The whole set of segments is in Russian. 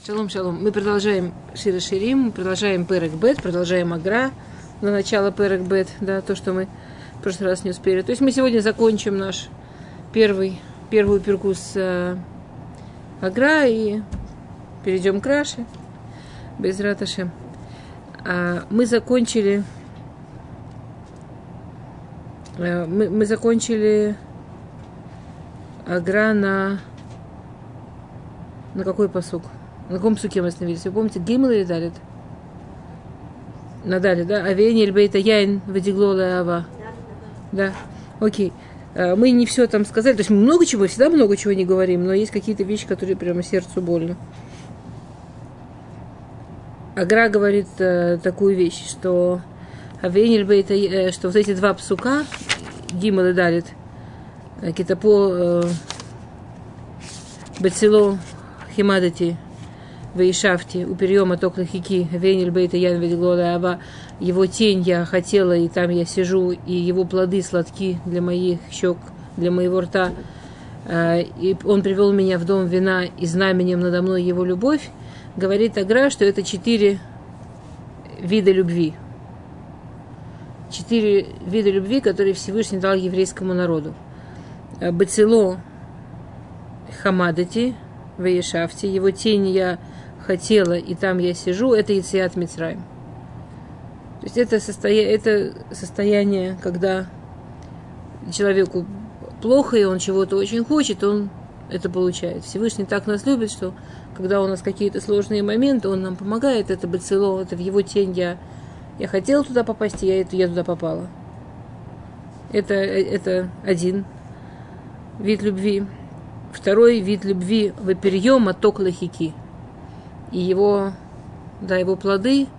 Шалом, шалом. Мы продолжаем Шира Ширим, мы продолжаем Перек Бет, продолжаем Агра на начало Перек Бет, да, то, что мы в прошлый раз не успели. То есть мы сегодня закончим наш первую перку с Агра и перейдем к Раши, Безрат Ашем. Мы закончили Агра на какой пасук? На каком псуке мы остановились? Вы помните, Гимл или Далит? На Далит, да? Авиэнь эльбейта яйн вадиглола ава. Да, окей. Мы не все там сказали, то есть мы всегда много чего не говорим, но есть какие-то вещи, которые прямо сердцу больно. Агра говорит такую вещь, что авиэнь эльбейта, что вот эти два псука, Гимл и Далит, Китапо Бецило Химадати Вейшафти, у перьема Токлахики, Вейнель Бейта Ян Ведиглода Аба, его тень я хотела, и там я сижу, и его плоды сладки для моих щек, для моего рта. И он привел меня в дом вина, и знаменем надо мной его любовь. Говорит Агра, что это 4 вида любви. 4 вида любви, которые Всевышний дал еврейскому народу. Бацило Хамадати Вейшафти, его тень я хотела, и там я сижу, это Йециат Мицраим. То есть это состояние, когда человеку плохо, и он чего-то очень хочет, он это получает. Всевышний так нас любит, что когда у нас какие-то сложные моменты, он нам помогает, это бацило, это в его тень я хотела туда попасть, и я туда попала. Это один вид любви. Второй вид любви – ваперьема токлахики. И его плоды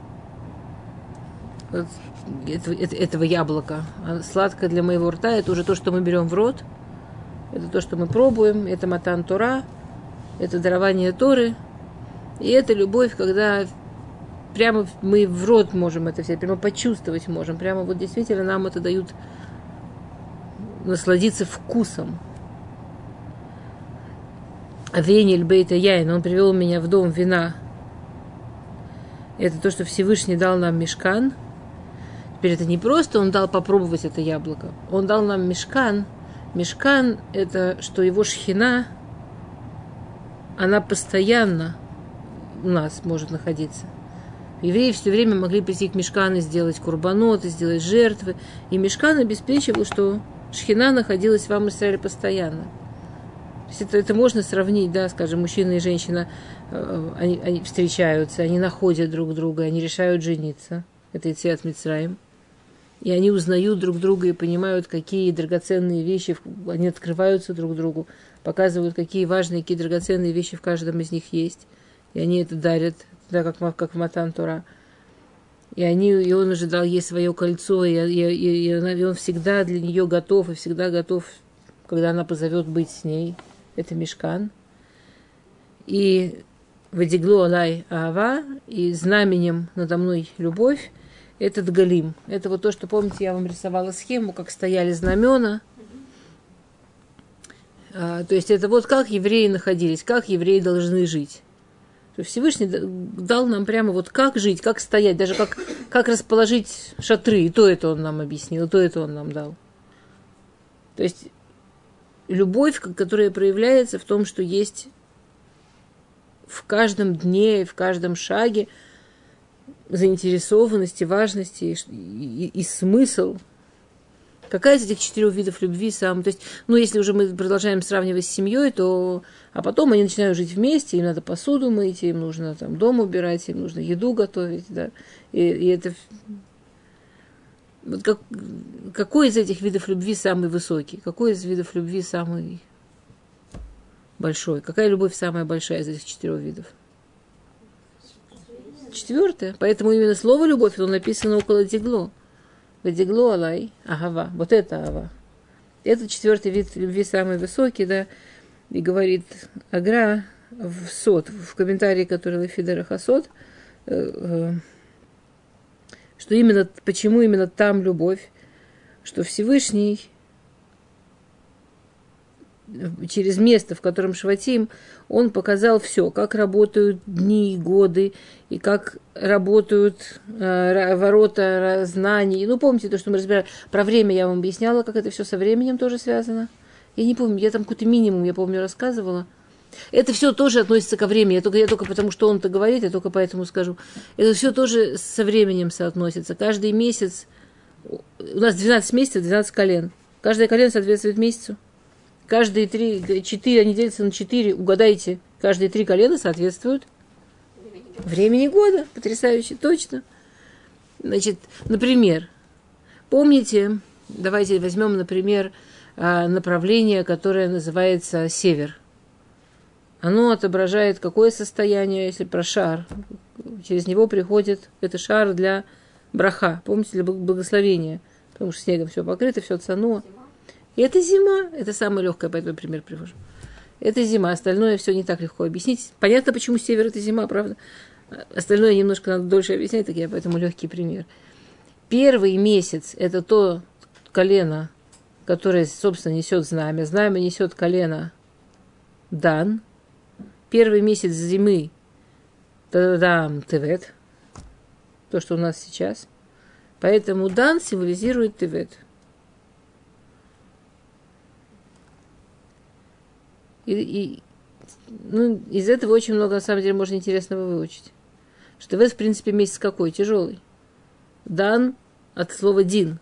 этого яблока, сладкое для моего рта, это уже то, что мы берем в рот, это то, что мы пробуем, это матан Тора, это дарование Торы, и это любовь, когда прямо мы в рот можем это взять, прямо почувствовать можем, прямо вот действительно нам это дают насладиться вкусом. Авенель Бейта Яйн, он привел меня в дом вина. Это то, что Всевышний дал нам мишкан. Теперь это не просто он дал попробовать это яблоко. Он дал нам мишкан. Мишкан – это что его шхина, она постоянно у нас может находиться. Евреи все время могли прийти к мишкану и сделать курбанот, и сделать жертвы. И мишкан обеспечивал, что шхина находилась в Ам-Исраэле постоянно. То есть это можно сравнить, да, скажем, мужчина и женщина, они встречаются, они находят друг друга, они решают жениться. Это Йециат Мицраим. И они узнают друг друга и понимают, какие драгоценные вещи, они открываются друг другу, показывают, какие важные, какие драгоценные вещи в каждом из них есть. И они это дарят, да, как в Матан Тора. И он уже дал ей свое кольцо, и он всегда для нее готов, и всегда готов, когда она позовет быть с ней. Это мишкан. И вадигло алай аава, и знаменем надо мной любовь, это дгалим. Это вот то, что, помните, я вам рисовала схему, как стояли знамена. То есть это вот как евреи находились, как евреи должны жить. То есть Всевышний дал нам прямо вот как жить, как стоять, даже как расположить шатры. И то это он нам объяснил, и то это он нам дал. То есть любовь, которая проявляется в том, что есть в каждом дне, в каждом шаге заинтересованность и важность и смысл. Какая из этих 4 видов любви сам? То есть, если уже мы продолжаем сравнивать с семьей, а потом они начинают жить вместе, им надо посуду мыть, им нужно там дом убирать, им нужно еду готовить, да, и это... Вот какой из этих видов любви самый высокий? Какой из видов любви самый большой? Какая любовь самая большая из этих 4 видов? 4. Поэтому именно слово «любовь» оно написано около дигло. Вадигло алай агава. Вот это ава. Это 4 вид любви самый высокий, да. И говорит Агра в комментарии, который Лефидер Хасод, что почему именно там любовь, что Всевышний через место, в котором Шватим, он показал все, как работают дни и годы, и как работают ворота знаний. Ну, помните то, что мы разбирали про время, я вам объясняла, как это все со временем тоже связано. Я не помню, я там какой-то минимум, я помню, рассказывала. Это все тоже относится ко времени. Я только потому, что он-то говорит, я только поэтому скажу. Это все тоже со временем соотносится. Каждый месяц, у нас 12 месяцев, 12 колен. Каждое колено соответствует месяцу. Каждые 4, они делятся на 4, угадайте, каждые 3 колена соответствуют времени года. Потрясающе, точно. Значит, например, помните, давайте возьмем, например, направление, которое называется север. Оно отображает какое состояние, если про шар. Через него приходит, это шар для браха, помните, для благословения. Потому что снегом все покрыто, все цануло. И это зима, это самое легкое, поэтому пример привожу. Это зима, остальное все не так легко объяснить. Понятно, почему север это зима, правда? Остальное немножко надо дольше объяснять, так я поэтому легкий пример. Первый месяц это то колено, которое, собственно, несет знамя. Знамя несет колено Дан. Первый месяц зимы Тадам Тевет, то, что у нас сейчас. Поэтому Дан символизирует Тевет. Ну, из этого очень много, на самом деле, можно интересного выучить. Что Тевет, в принципе, месяц какой? Тяжелый. Дан от слова Дин.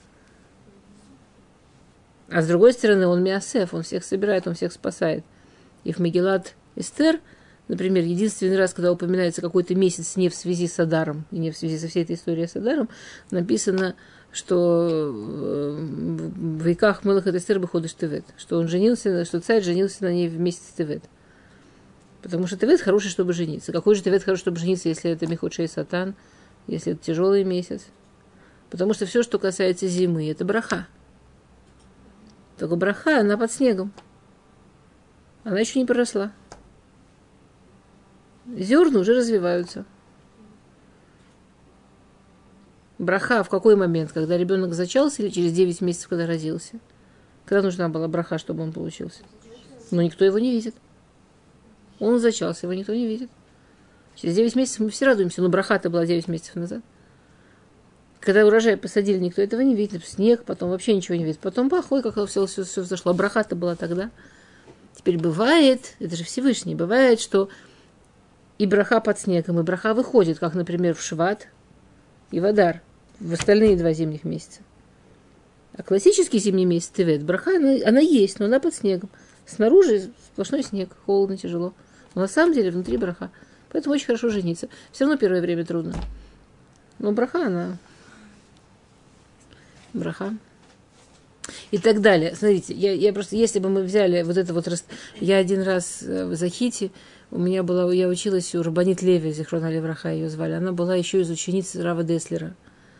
А с другой стороны, он Миасеф, он всех собирает, он всех спасает. И в Мегилат Эстер, например, единственный раз, когда упоминается какой-то месяц не в связи с Адаром, и не в связи со всей этой историей с Адаром, написано, что в веках Мелах Эстер выходишь Тевет, что он женился, что царь женился на ней в месяц Тевет. Потому что Тевет хороший, чтобы жениться. Какой же Тевет хороший, чтобы жениться, если это Мехот Шей Сатан, если это тяжелый месяц? Потому что все, что касается зимы, это браха. Только браха, она под снегом. Она еще не проросла. Зерна уже развиваются. Браха в какой момент? Когда ребенок зачался или через 9 месяцев, когда родился? Когда нужна была браха, чтобы он получился? Но никто его не видит. Он зачался, его никто не видит. Через 9 месяцев мы все радуемся, но браха-то была 9 месяцев назад. Когда урожай посадили, никто этого не видит. Снег, потом вообще ничего не видит. Потом ой, как все взошло. Браха-то была тогда. Теперь бывает, это же Всевышний, бывает, что и браха под снегом, и браха выходит, как, например, в Шват и в Адар, в остальные 2 зимних месяца. А классический зимний месяц Тевет, браха, она есть, но она под снегом. Снаружи сплошной снег, холодно, тяжело. Но на самом деле внутри браха. Поэтому очень хорошо жениться. Все равно первое время трудно. Но браха, она... Браха. И так далее. Смотрите, я просто, если бы мы взяли вот это вот... Я один раз в Захите, я училась у Рабанит Леви, Зихрона Левраха ее звали. Она была еще из учениц Рава Деслера.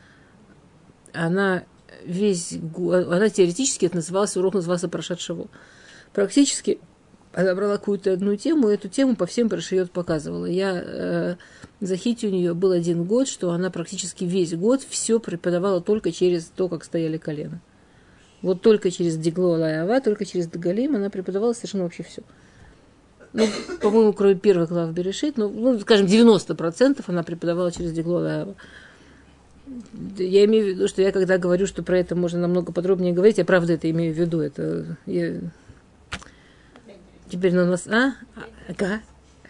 Она теоретически, это назывался, урок назывался Парашат Шаво. Практически она брала какую-то одну тему, и эту тему по всем парашиот показывала. Я в Захите у нее был 1 год, что она практически весь год все преподавала только через то, как стояли колена. Вот только через Дигло Алай-Ава, только через Дагалим она преподавала совершенно вообще все. Ну, по-моему, кроме первых глав Берешит, ну, скажем, 90% она преподавала через Дигло Алай-Ава. Я имею в виду, что я когда говорю, что про это можно намного подробнее говорить, я правда это имею в виду. Это теперь на нас... Ага.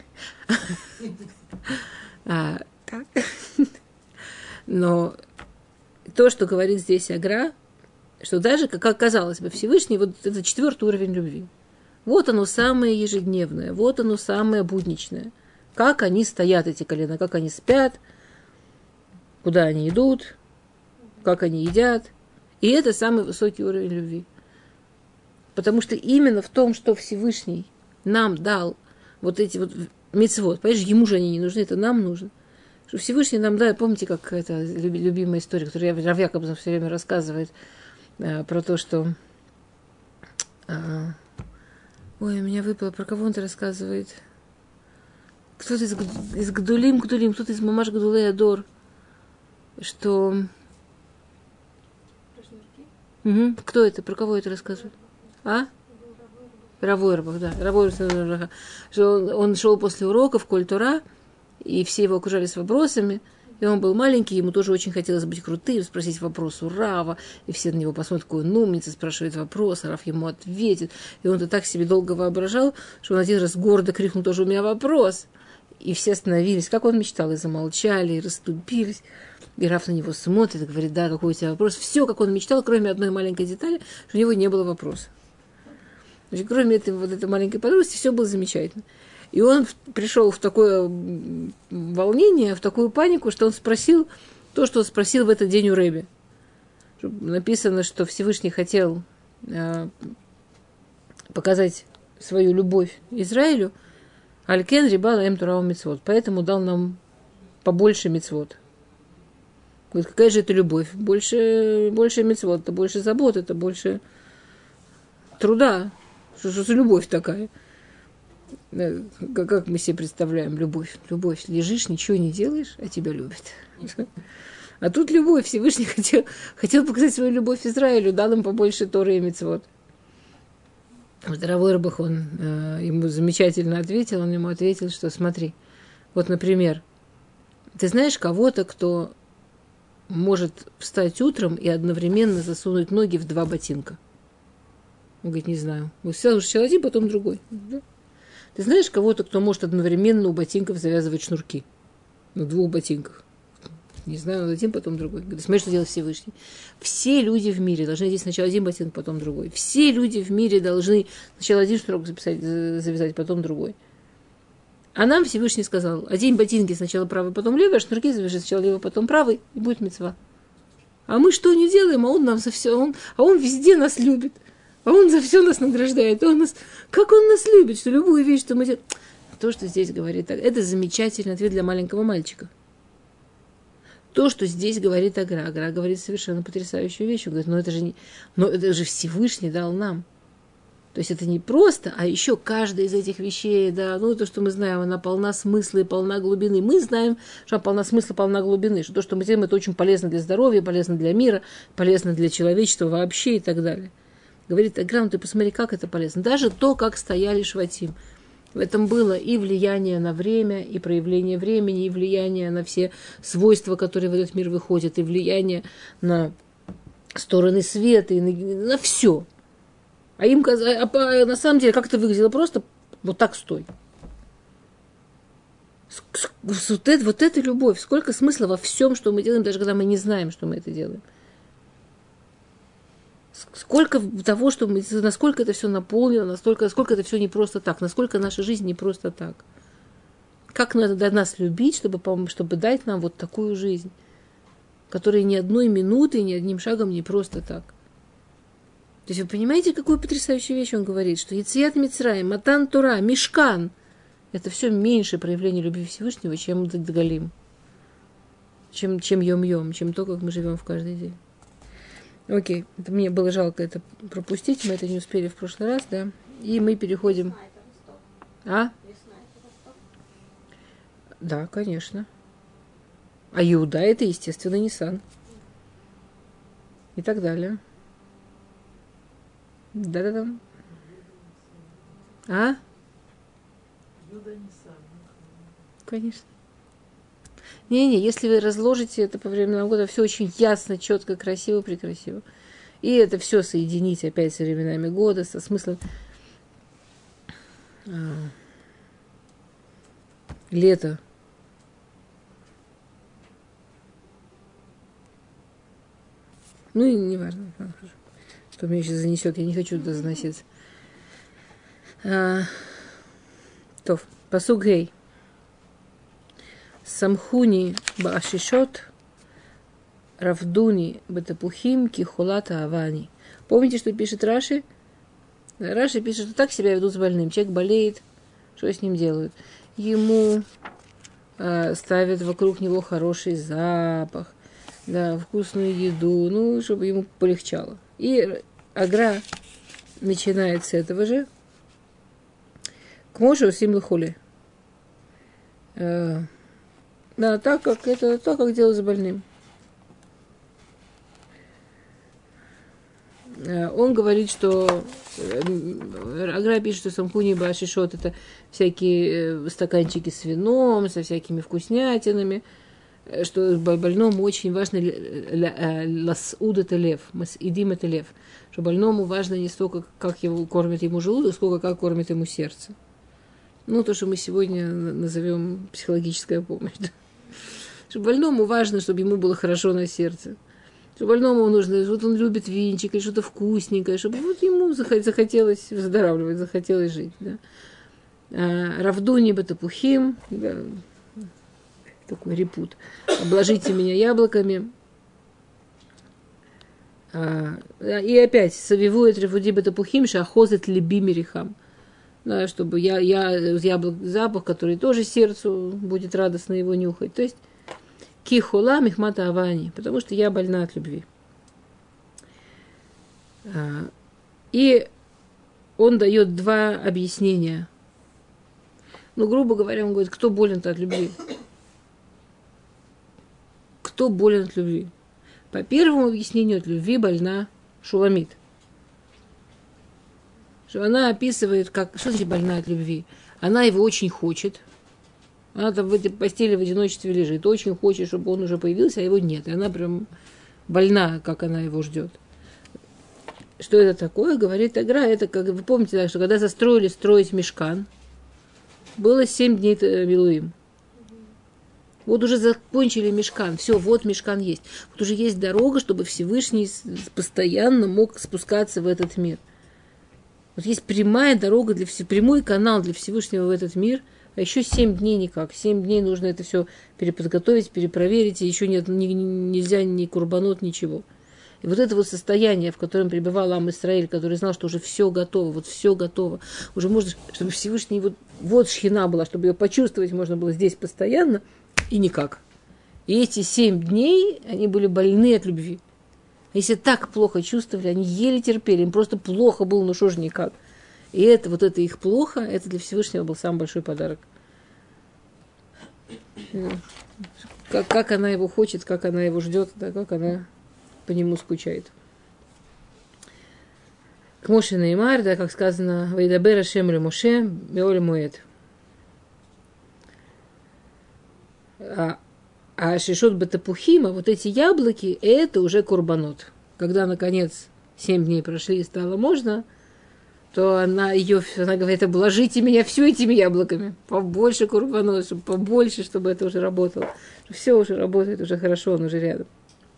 Так. Но то, что говорит здесь Агра, что даже, как казалось бы, Всевышний, вот это 4-й уровень любви. Вот оно самое ежедневное, вот оно самое будничное. Как они стоят, эти колена, как они спят, куда они идут, как они едят. И это самый высокий уровень любви. Потому что именно в том, что Всевышний нам дал вот эти вот мицвот, понимаешь, ему же они не нужны, это нам нужно. Что Всевышний нам дает, помните, как это любимая история, которую Рав Якобсон все время рассказывает, про то, что... Ой, у меня выпало, про кого он-то рассказывает? Кто-то из Гдулим, кто-то из Мамаш Гдулей Адор, что... Угу. Кто это? Про кого это рассказывает? А? Рав Ойрбах, да. Рав Ойрбах, что он шел после уроков Коль-Тора, и все его окружали с вопросами. И он был маленький, ему тоже очень хотелось быть крутым, спросить вопрос у Рава. И все на него посмотрят, какой он умница, спрашивает вопрос, а Рав ему ответит. И он-то так себе долго воображал, что он один раз гордо крикнул тоже: «У меня вопрос!» И все остановились, как он мечтал, и замолчали, и расступились. И Рав на него смотрит и говорит: «Да, какой у тебя вопрос?» Все, как он мечтал, кроме одной маленькой детали, что у него не было вопроса. Значит, кроме этой маленькой подробности, все было замечательно. И он пришел в такое волнение, в такую панику, что он спросил то, что он спросил в этот день у Рэби. Написано, что Всевышний хотел показать свою любовь Израилю, Алькен Рибала Эм Турау Мицвот, поэтому дал нам побольше мицвот. Говорит, какая же это любовь? Больше мицвот, это больше забот, это больше труда. Что за любовь такая? Как мы себе представляем любовь? Любовь. Лежишь, ничего не делаешь, а тебя любят. А тут любовь. Всевышний хотел показать свою любовь Израилю, дал им побольше Торы и мицвот. Вот Рав Ойрбах, он ему замечательно ответил. Он ему ответил, что смотри, вот, например, ты знаешь кого-то, кто может встать утром и одновременно засунуть ноги в 2 ботинка? Он говорит, не знаю. Вот сначала один, потом другой. Да? Ты знаешь кого-то, кто может одновременно у ботинков завязывать шнурки? На 2 ботинках. Не знаю, один, потом другой. Говорит, смотри, что делает Всевышний. Все люди в мире должны здесь сначала один ботинок, потом другой. Все люди в мире должны сначала один шнурок завязать, потом другой. А нам Всевышний сказал, одень ботинки сначала правый, потом левый, а шнурки завяжи сначала левый, потом правый, и будет мицва. А мы что не делаем, а он нам за все, он везде нас любит. А он за все нас награждает. Как он нас любит, что любую вещь, что мы делаем. То, что здесь говорит, это замечательный ответ для маленького мальчика. То, что здесь говорит Агра. Агра говорит совершенно потрясающую вещь. Он говорит, это же Всевышний дал нам. То есть это не просто, а еще каждая из этих вещей, да, то, что мы знаем, она полна смысла и полна глубины. Мы знаем, что она полна смысла, полна глубины, что то, что мы делаем, это очень полезно для здоровья, полезно для мира, полезно для человечества вообще и так далее. Говорит Агра, ты посмотри, как это полезно. Даже то, как стояли шватим. В этом было и влияние на время, и проявление времени, и влияние на все свойства, которые в этот мир выходят, и влияние на стороны света, и на все. А им на самом деле, как это выглядело, просто вот так стой. Вот эта любовь, сколько смысла во всем, что мы делаем, даже когда мы не знаем, что мы это делаем. Сколько того, что насколько это все наполнено, насколько это все не просто так, насколько наша жизнь не просто так. Как надо нас любить, чтобы дать нам вот такую жизнь, которая ни одной минуты, ни одним шагом не просто так. То есть вы понимаете, какую потрясающую вещь он говорит, что Йециат Мицраим, Матан Тора, Мишкан – это все меньшее проявление любви Всевышнего, чем Дгалим, чем Йом-Йом, чем то, как мы живем в каждый день. Окей, мне было жалко это пропустить, мы это не успели в прошлый раз, да. И мы переходим... А? Да, конечно. А Иуда это, естественно, Нисан. И так далее. Да-да-да. А? Конечно. Не-не, если вы разложите это по временам года, все очень ясно, четко, красиво, прекрасиво. И это все соедините опять со временами года, со смыслом лета. Ну и не важно, что меня сейчас занесет, я не хочу туда заноситься. То, пасук гей. Самхуни баашишот, равдуни батапухим, кихулата авани. Помните, что пишет Раши? Раши пишет, что так себя ведут с больным. Человек болеет, что с ним делают? Ему ставят вокруг него хороший запах, да, вкусную еду, чтобы ему полегчало. И Агра начинает с этого же. К мужу симлхули. Да, так как делать с больным. Он говорит, что Агра пишет, что самхуни башишот это всякие стаканчики с вином, со всякими вкуснятинами, что больному очень важно ласуд это лев, масидим это лев, что больному важно не столько, как его кормит ему желудок, сколько как кормит ему сердце. Ну, то, что мы сегодня назовем психологическая помощь. Да? Что больному важно, чтобы ему было хорошо на сердце. Что больному нужно, вот он любит винчик или что-то вкусненькое, чтобы вот ему захотелось выздоравливать, захотелось жить. Да? Равдуни батапухим, да, такой репут. Обложите меня яблоками. И опять, савивует рефуди батапухим, шахозет либи мирихам. Да, чтобы яблок, запах, который тоже сердцу будет радостно его нюхать. То есть, кихола михмата авани, потому что я больна от любви. И он дает два объяснения. Ну, грубо говоря, он говорит, кто болен-то от любви? Кто болен от любви? По первому объяснению, от любви больна Шуламит. Что она описывает, как, что значит больна от любви? Она его очень хочет. Она там в этой постели в одиночестве лежит, очень хочет, чтобы он уже появился, а его нет. И она прям больна, как она его ждет. Что это такое? Говорит Агра, это, как вы помните, да, что когда строить мишкан, было 7 дней милуим. Вот уже закончили мишкан, все, вот мишкан есть. Вот уже есть дорога, чтобы Всевышний постоянно мог спускаться в этот мир. Вот есть прямая дорога, прямой канал для Всевышнего в этот мир, а еще 7 дней никак. 7 дней нужно это все переподготовить, перепроверить, и еще нельзя ни курбанот, ничего. И вот это вот состояние, в котором пребывал Ам Исраэль, который знал, что уже все готово, вот все готово, уже можно, чтобы Всевышний, вот шхина была, чтобы ее почувствовать можно было здесь постоянно, и никак. И эти 7 дней, они были больны от любви. Если так плохо чувствовали, они еле терпели, им просто плохо было, ну что же никак. И это их плохо, это для Всевышнего был самый большой подарок. Как она его хочет, как она его ждет, да, как она по нему скучает. К Моше Неймар, да, как сказано, «Вайдабер Ашем ле Моше, меоле моэд». А шишот батапухима, вот эти яблоки, это уже курбанот. Когда, наконец, 7 дней прошли и стало можно, то она говорит, обложите меня все этими яблоками, побольше курбанот, чтобы побольше, чтобы это уже работало. Все уже работает, уже хорошо, он уже рядом.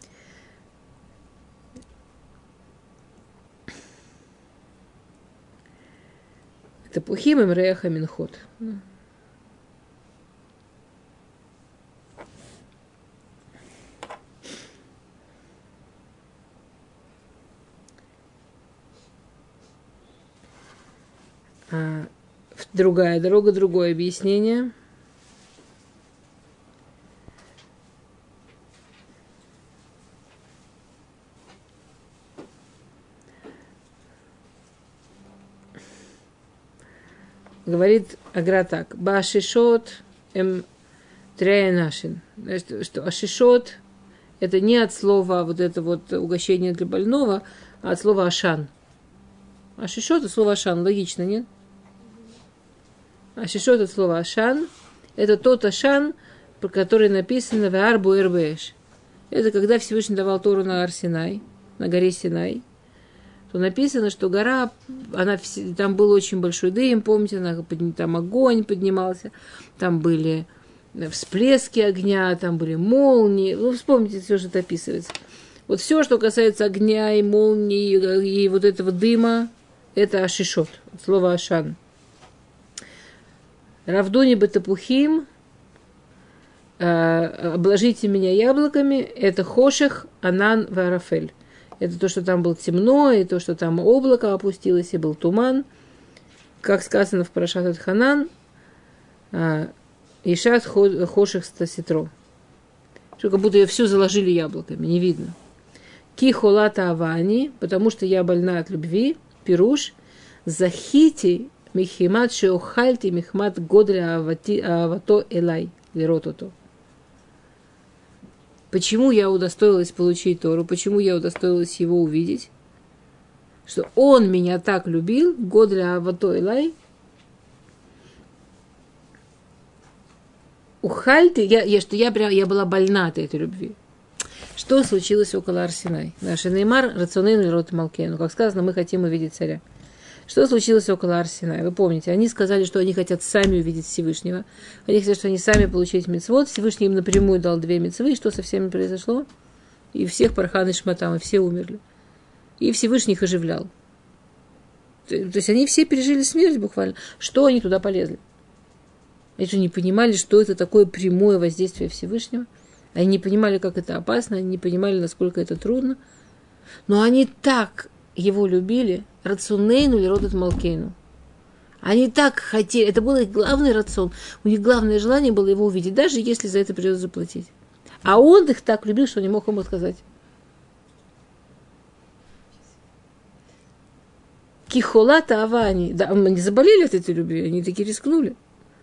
Тапухим им реха минхот. Другая дорога, другое объяснение. Говорит Агра так. Башишот тряянашин. Что ашишот это не от слова вот это вот угощение для больного, а от слова ашан. Ашишот это слово ашан. Логично, нет? Ашишот это слово ашан. Это тот ашан, про который написано в Арбу Эрбеш. Это когда Всевышний давал Тору на Ар-Синай, на горе Синай. То написано, что гора, там был очень большой дым, помните, там огонь поднимался, там были всплески огня, там были молнии. Ну, вспомните, все, что это описывается. Вот все, что касается огня и молнии, и вот этого дыма, это ашишот, слово ашан. Равдуни батапухим, обложите меня яблоками, это хошех, анан, варафель. Это то, что там было темно, и то, что там облако опустилось, и был туман. Как сказано в Парашат ат-Ханан, Ишат хошех стаситро. Что как будто ее всю заложили яблоками, не видно. Ки холата авани, потому что я больна от любви, пируш, захити михимат шеохальти михмат годля авато элай, лиротото. Почему я удостоилась получить Тору? Почему я удостоилась его увидеть? что он меня так любил, годля аватой лай, ухальты, я была больна от этой любви. Что случилось около Ар-Синай? Наш Неймар, рационейн лирот малкейну. Как сказано, мы хотим увидеть царя. Что случилось около Ар-Синай? Вы помните, они сказали, что они хотят сами увидеть Всевышнего. Они хотят, что они сами получить мицвот. Всевышний им напрямую дал 2 мицвы. И что со всеми произошло? И всех пархан и шматам, и все умерли. И Всевышний их оживлял. То есть они все пережили смерть буквально. Что они туда полезли? Они же не понимали, что это такое прямое воздействие Всевышнего. Они не понимали, как это опасно, они не понимали, насколько это трудно. Но они так его любили, рацунейну или родат малкейну. Они так хотели, это был их главный рацион, у них главное желание было его увидеть, даже если за это придется заплатить. А он их так любил, что не мог ему отказать. Кихолата авани. Да, они заболели от этой любви, они таки рискнули.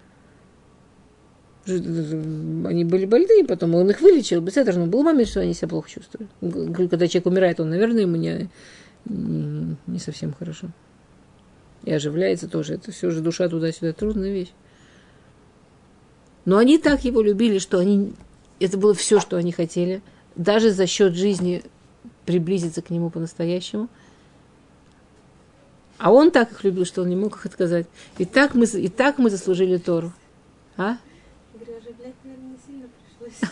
Они были больны, потом он их вылечил. Беседер, но был момент, что они себя плохо чувствовали. Когда человек умирает, он, наверное, ему не совсем хорошо. И оживляется тоже. Это все же душа туда-сюда, трудная вещь. Но они так его любили, что это было все, что они хотели. Даже за счет жизни приблизиться к нему по-настоящему. А он так их любил, что он не мог их отказать. И так мы заслужили Тору. А? Оживлять, наверное, не сильно пришлось.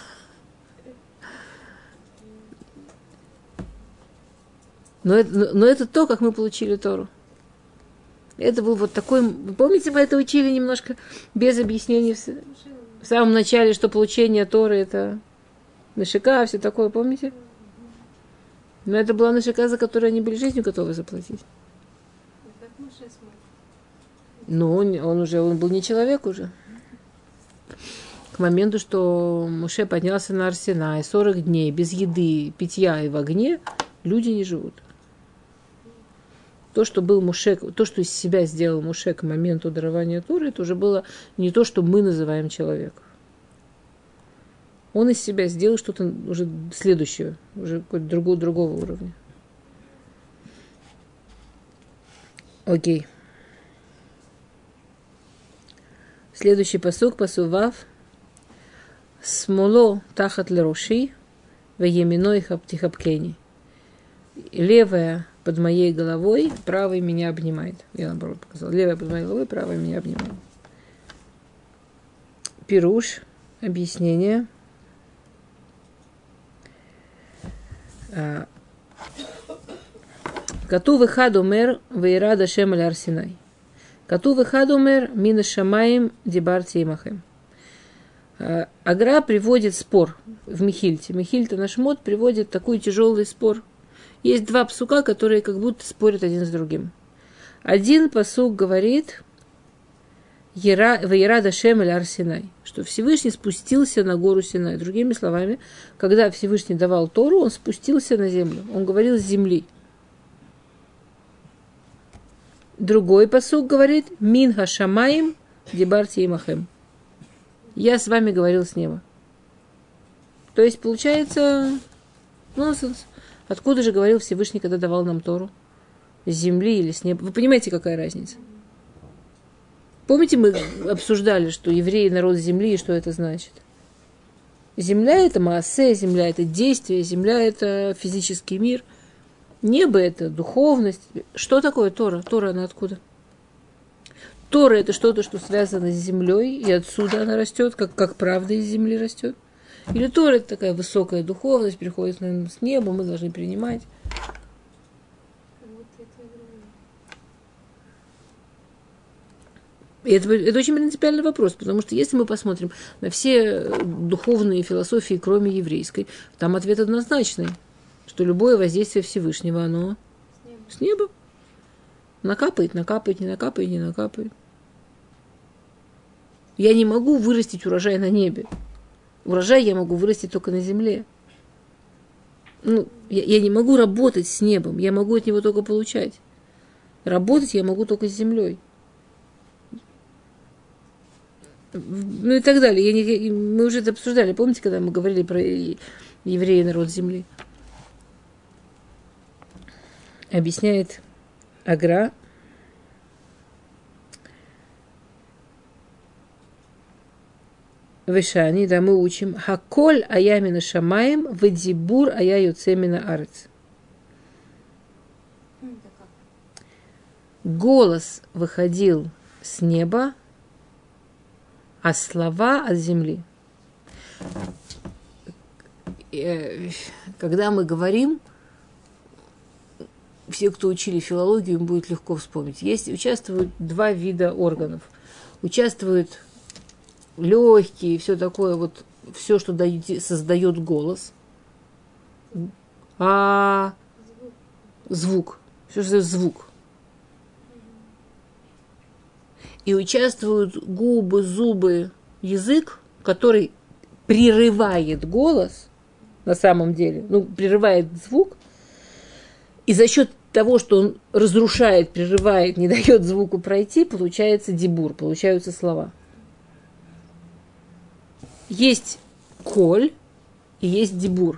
Но это то, как мы получили Тору. Это был вот такой... Вы помните, мы это учили немножко без объяснений в самом начале, что получение Торы это нашика, все такое, помните? Но это была нашика, за которую они были жизнью готовы заплатить. Как Моше смог? Ну, он был не человек уже. К моменту, что Моше поднялся на Ар-Синай, 40 дней без еды, питья и в огне, люди не живут. То, что был Моше, то, что из себя сделал Моше к моменту дарования Торы, это уже было не то, что мы называем человеком. Он из себя сделал что-то уже следующее, уже какого-то другого уровня. Окей. Следующий пасук, пасук вав. Смоло тахат лероши, вееминой хаптихапкени. Левая под моей головой, правой меня обнимает. Я наоборот показала. Левая под моей головой, правая меня обнимает. Пируш, объяснение. Катув эхад омер вейрад Ашем аль Ар-Синай. Катув эхад омер мин шамаим дибарти имахем. Агра приводит спор в Мехильте. Мехильта наш мод приводит такой тяжелый спор. Есть 2 псука, которые как будто спорят один с другим. Один пасук говорит «Ваирад Ашем аль Ар-Синай», что Всевышний спустился на гору Синай. Другими словами, когда Всевышний давал Тору, он спустился на землю. Он говорил с земли. Другой пасук говорит «Мин хашамаим дибарти имахем». Я с вами говорил с неба. То есть, получается, нонсенс. Откуда же говорил Всевышний, когда давал нам Тору? С земли или с неба? Вы понимаете, какая разница? Помните, мы обсуждали, что евреи народ земли, и что это значит? Земля – это маасе, земля – это действие, земля – это физический мир. Небо – это духовность. Что такое Тора? Тора, она откуда? Тора – это что-то, что связано с землей, и отсюда она растет, как правда из земли растет. Или Тора – это такая высокая духовность, приходит нам с неба, мы должны принимать. И это очень принципиальный вопрос, потому что если мы посмотрим на все духовные философии, кроме еврейской, там ответ однозначный, что любое воздействие Всевышнего, оно с неба. Накапает, накапает, не накапает, не накапает. Я не могу вырастить урожай на небе. Урожай я могу вырастить только на земле. Я не могу работать с небом, я могу от него только получать. Работать я могу только с землей. И так далее. Мы уже это обсуждали. Помните, когда мы говорили про евреи, народ земли? Объясняет Агра. Вешани, да, мы учим. Хаколь аямина шамаем, вадибур ая юцемина арец. Голос выходил с неба, а слова от земли. Когда мы говорим, все, кто учили филологию, им будет легко вспомнить. Участвуют два вида органов. Участвуют легкие, все такое, вот все, что создает голос. Звук. Все, что звук. И участвуют губы, зубы, язык, который прерывает голос, на самом деле, прерывает звук, и за счет того, что он разрушает, прерывает, не дает звуку пройти, получается дибур, получаются слова. Есть коль и есть дибур.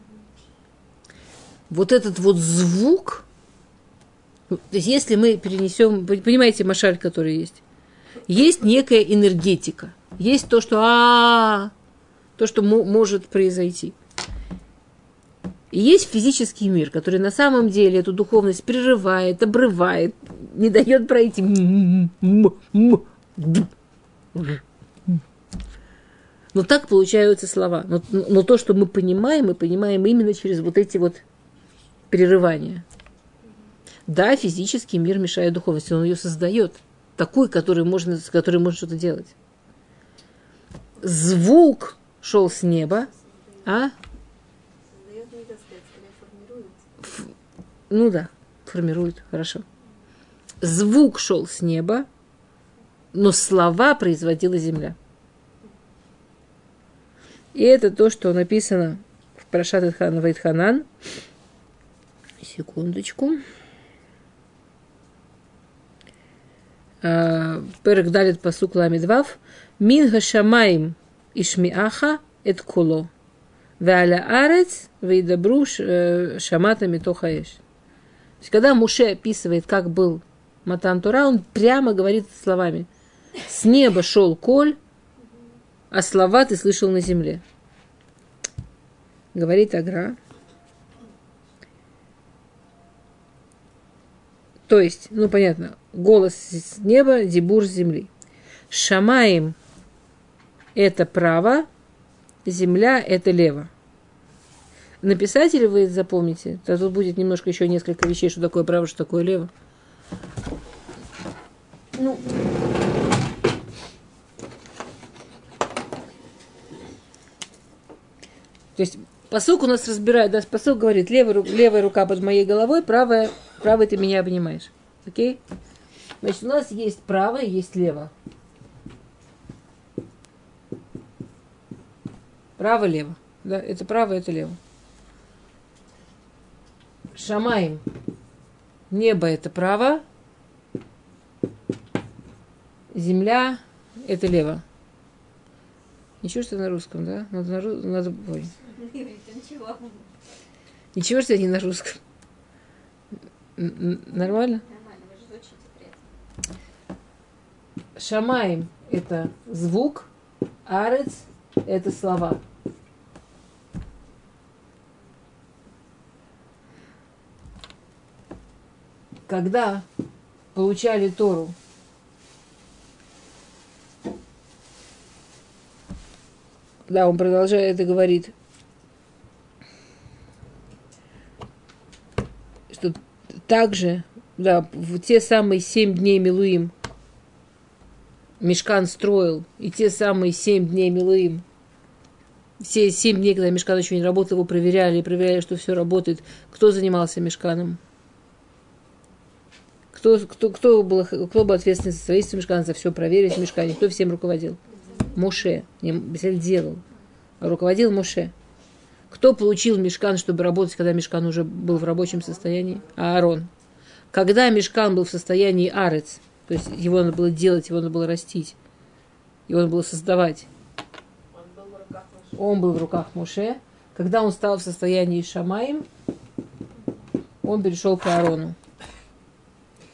Вот этот вот звук, то есть если мы перенесем, понимаете, машаль, который есть некая энергетика, есть то, что может произойти. И есть физический мир, который на самом деле эту духовность прерывает, обрывает, не дает пройти. Но так получаются слова. Но то, что мы понимаем именно через вот эти вот прерывания. Да, физический мир мешает духовности, он ее создает. Такой, с которой можно что-то делать. Звук шел с неба, Создает, нельзя сказать, скорее формирует. Формирует, хорошо. Звук шел с неба, но слова производила земля. И это то, что написано в Парашат Ваитханан. Секундочку. Перек далит пасук ламидвав. Мин гашамаим ишмиаха эт куло. Веаля арец вейдабру шамата митохаеш. То есть, когда Моше описывает, как был Матан Тора, он прямо говорит словами. С неба шел коль, а слова ты слышал на земле. Говорит Агра. То есть, понятно, голос с неба, дибур с земли. Шамаим – это право, земля – это лево. Написать или вы запомните? То тут будет немножко еще несколько вещей, что такое право, что такое лево. То есть, пасук у нас разбирает, да, пасук говорит, левая рука под моей головой, правая ты меня обнимаешь. Окей? Значит, у нас есть правое, есть лево. Право-лево. Да, это право, это лево. Шамаим. Небо – это право. Земля – это лево. Ничего, что на русском, да? Надо... Ой. Ничего, что я не на русском. Нормально? Нормально, вы же звучите при этом. Шамаим – это звук, арец – это слова. Когда получали Тору, да, он продолжает и говорит, что также, да, в те самые 7 дней Милуим Мишкан строил, и те самые 7 дней Милуим, все 7 дней, когда Мишкан еще не работал, его проверяли, что все работает. Кто занимался Мишканом? Кто был ответственен за строительство Мишкана, за все проверить в Мишкане? Кто всем руководил? Моше. Бесель делал. А руководил Моше. Кто получил Мишкан, чтобы работать, когда Мишкан уже был в рабочем состоянии? Аарон. Когда Мишкан был в состоянии арец, то есть его надо было делать, его надо было растить, его надо было создавать. Он был в руках Моше. Когда он стал в состоянии Шамаим, он перешел к Аарону.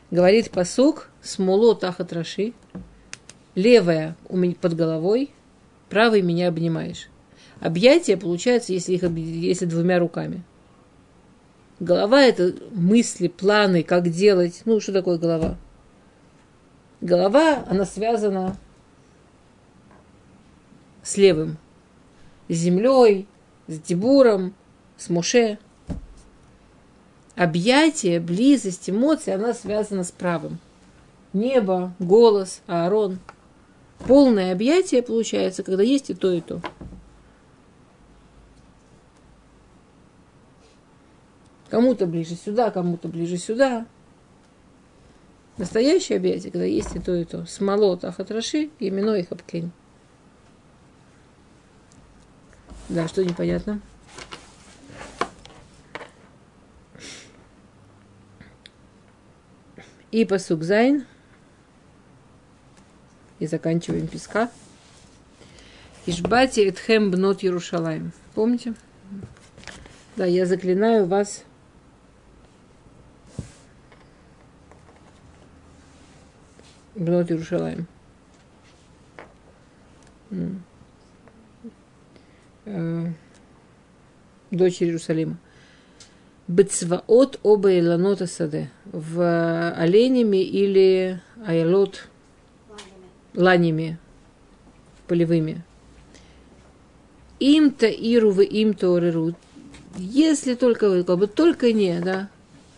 Говорит пасук, смоло тахат раши, левая у меня под головой, правой меня обнимаешь. Объятия получается, если двумя руками. Голова – это мысли, планы, как делать. Ну, что такое голова? Голова, она связана с левым, с землей, с Дибуром, с Моше. Объятие, близость, эмоции, она связана с правым. Небо, голос, Аарон. Полное объятие получается, когда есть и то, и то. Кому-то ближе сюда, кому-то ближе сюда. Настоящее объятие, когда есть и то, и то. Смоло тахат раши, имено их обклень. Да, что непонятно? И пасук зайн. И заканчиваем песка. Ишбати этхем бнот Ярушалаим. Помните? Да, я заклинаю вас бнот Ярушалаим. Дочь Иерусалима. Бецваот оба иланота саде. В оленями или аялот ланями полевыми. Им-то иру вы им-то ореру. Если только вы, как бы только не, да,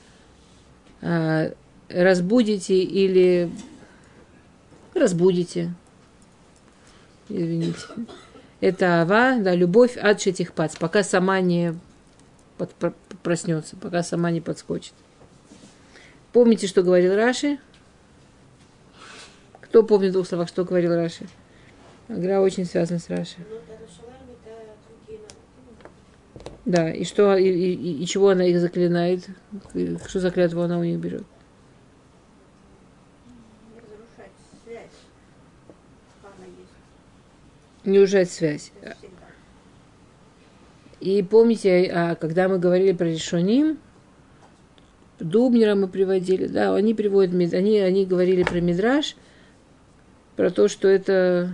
разбудите или разбудите. Извините. Это ава, да, любовь от шетихпац, пока сама не проснется, пока сама не подскочит. Помните, что говорил Раши? Кто помнит в двух словах, что говорил Раши? Агра очень связана с Раши. Да, и что, и чего она их заклинает? Что за клятву она у них берет? Разрушать связь. Она есть. Не ужать связь. И помните, когда мы говорили про решоним, Дубнера мы приводили, да, они приводят, они говорили про Мидраш, про то, что это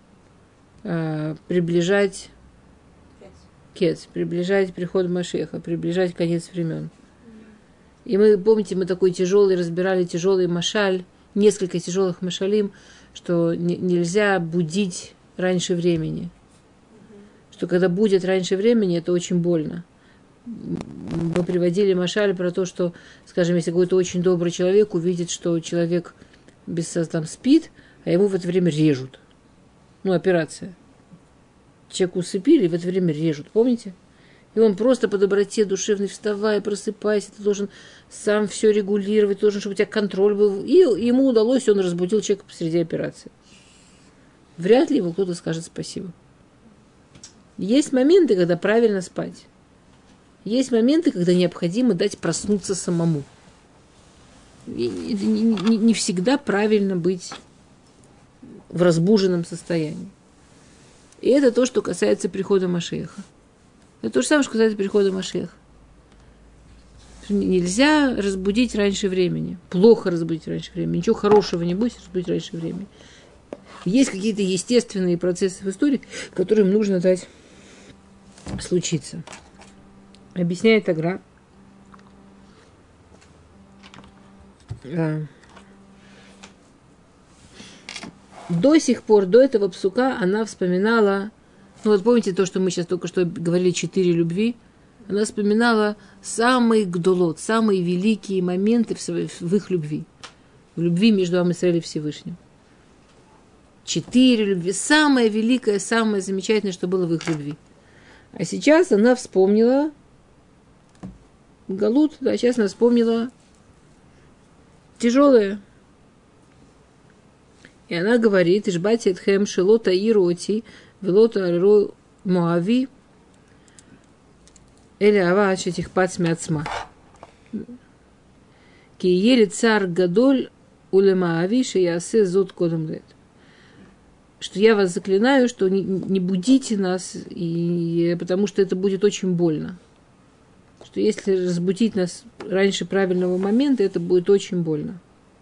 приближать кец, приближать приход Машеха, приближать конец времен. И мы, помните, мы такой тяжелый, разбирали тяжелый машаль, несколько тяжелых машалим, что нельзя будить раньше времени. Что когда будет раньше времени, это очень больно. Мы приводили машаль про то, что, скажем, если какой-то очень добрый человек увидит, что человек там спит, а ему в это время режут. Ну, операция. Человека усыпили, и в это время режут, помните? И он просто по доброте душевной, вставай, просыпайся, ты должен сам все регулировать, ты должен, чтобы у тебя контроль был. И ему удалось, он разбудил человека посреди операции. Вряд ли ему кто-то скажет спасибо. Есть моменты, когда правильно спать. Есть моменты, когда необходимо дать проснуться самому. И не всегда правильно быть в разбуженном состоянии. И это то, что касается прихода Машеха. Это то же самое, что касается прихода Машеха. Нельзя разбудить раньше времени. Плохо разбудить раньше времени. Ничего хорошего не будет разбудить раньше времени. Есть какие-то естественные процессы в истории, которым нужно дать случиться. Объясняет Агра. До сих пор, до этого псука, она вспоминала, ну вот помните то, что мы сейчас только что говорили, 4 любви, она вспоминала самые гдолот, самые великие моменты в их любви, в любви между Ам Исраэль и Всевышним. 4 любви, самое великое, самое замечательное, что было в их любви. А сейчас она вспомнила Галут, да, сейчас она вспомнила тяжелое. И она говорит, Ишбати этхем шелота ироти, велота ару моави, или ава этих пац мяцма. Ки ели цар гадоль улемаави, шеясе зод кодом лет. Что я вас заклинаю, что не будите нас, потому что это будет очень больно. Что если разбудить нас раньше правильного момента, это будет очень больно.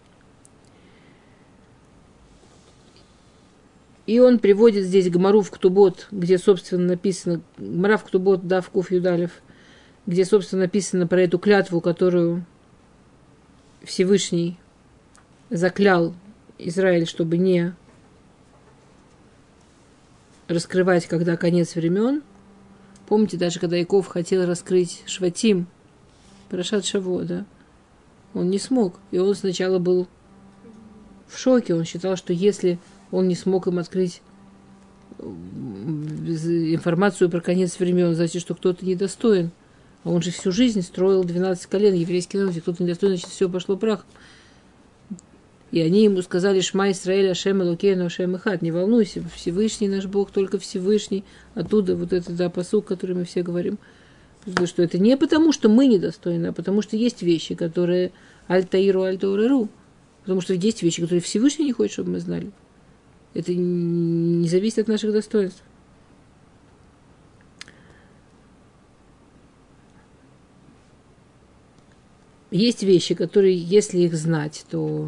И он приводит здесь Гмару в Ктубот, где, собственно, написано, Гмара в Ктубот, Дав Куф Юдалев, где, собственно, написано про эту клятву, которую Всевышний заклял Израиль, чтобы не раскрывать, когда конец времен. Помните, даже когда Яков хотел раскрыть Шватим, Парашат Шаво, да, он не смог. И он сначала был в шоке. Он считал, что если он не смог им открыть информацию про конец времен, значит, что кто-то недостоин. А он же всю жизнь строил 12 колен, еврейский народ, если кто-то недостоин, значит, все пошло прахом. И они ему сказали: Шма Исраэль, Ашем Элокейну, Ашем Эхад. Не волнуйся, Всевышний наш Бог, только Всевышний. Оттуда вот этот, да, пасук, который мы все говорим. Что это не потому, что мы недостойны, а потому что есть вещи, которые Аль-Таиру, Аль-Тауреру. Потому что есть вещи, которые Всевышний не хочет, чтобы мы знали. Это не зависит от наших достоинств. Есть вещи, которые, если их знать, то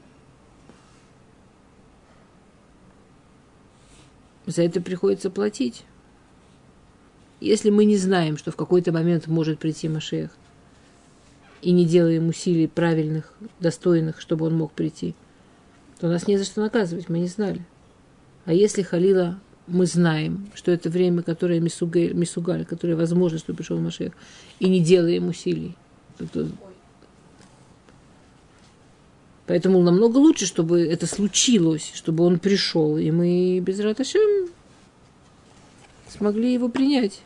за это приходится платить. Если мы не знаем, что в какой-то момент может прийти Машиах, и не делаем усилий правильных, достойных, чтобы он мог прийти, то нас не за что наказывать, мы не знали. А если, халила, мы знаем, что это время, которое мисугаль, которое возможно, что пришел Машиах, и не делаем усилий, то поэтому намного лучше, чтобы это случилось, чтобы он пришел, и мы без раташем смогли его принять.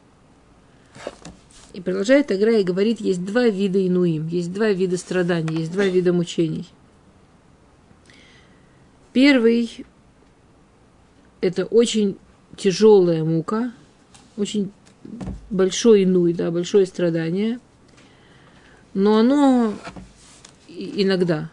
И продолжает Агра и говорит, есть два вида инуим, есть два вида страданий, есть два вида мучений. Первый – это очень тяжелая мука, очень большой инуй, да, большое страдание, но оно иногда,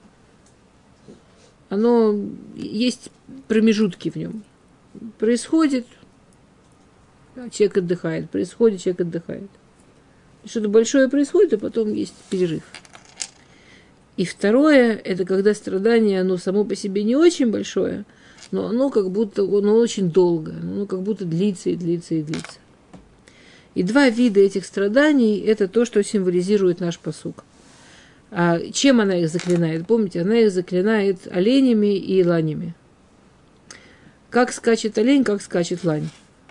оно есть промежутки в нем. Происходит, человек отдыхает, происходит, человек отдыхает. Что-то большое происходит, а потом есть перерыв. И второе, это когда страдание, оно само по себе не очень большое, но оно как будто, оно очень долгое, оно как будто длится и длится и длится. И два вида этих страданий, это то, что символизирует наш пасук. А чем она их заклинает? Помните, она их заклинает оленями и ланями. Как скачет олень, как скачет лань.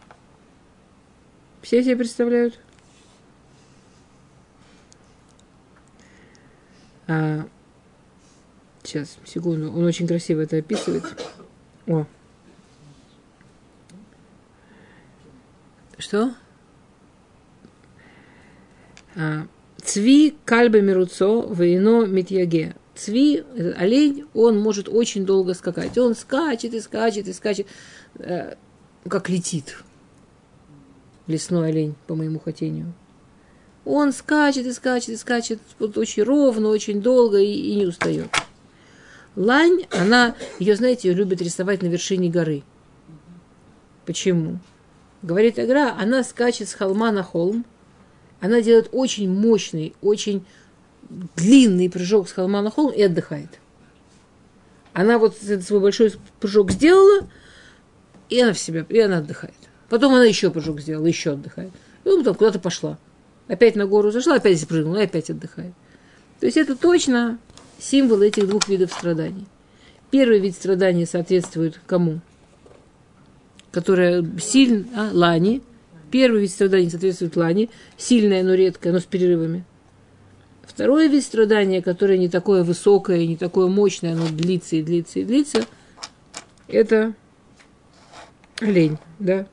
Все себе представляют? Сейчас, секунду. Он очень красиво это описывает. О. Что? Цви кальба мируцо вейно митьяге. Цви, этот олень, он может очень долго скакать. Он скачет и скачет и скачет, как летит. Лесной олень, по моему хотению. Он скачет и скачет и скачет вот очень ровно, очень долго и не устает. Лань, она, ее, знаете, ее любят рисовать на вершине горы. Почему? Говорит Агра, она скачет с холма на холм. Она делает очень мощный, очень длинный прыжок с холма на холм и отдыхает. Она вот этот свой большой прыжок сделала, и она в себя, и она отдыхает. Потом она еще прыжок сделала, еще отдыхает. И потом куда-то пошла. Опять на гору зашла, опять спрыгнула, и опять отдыхает. То есть это точно символ этих двух видов страданий. Первый вид страданий соответствует кому? Которая сильно, лани. Первый вид страданий соответствует лани. Сильное, но редкое, но с перерывами. Второй вид страдания, которое не такое высокое, не такое мощное, оно длится и длится и длится, это олень, да.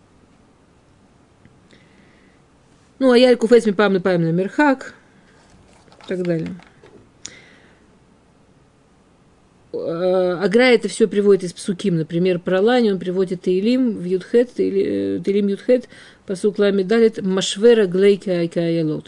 Ну, а я куфец мипам на мерхак и так далее. Агра это все приводит из псуким. Например, про лань он приводит Теилим в Юдхет, Теилим Юдхет, пасук лами далит, машвера глейка айкаялот.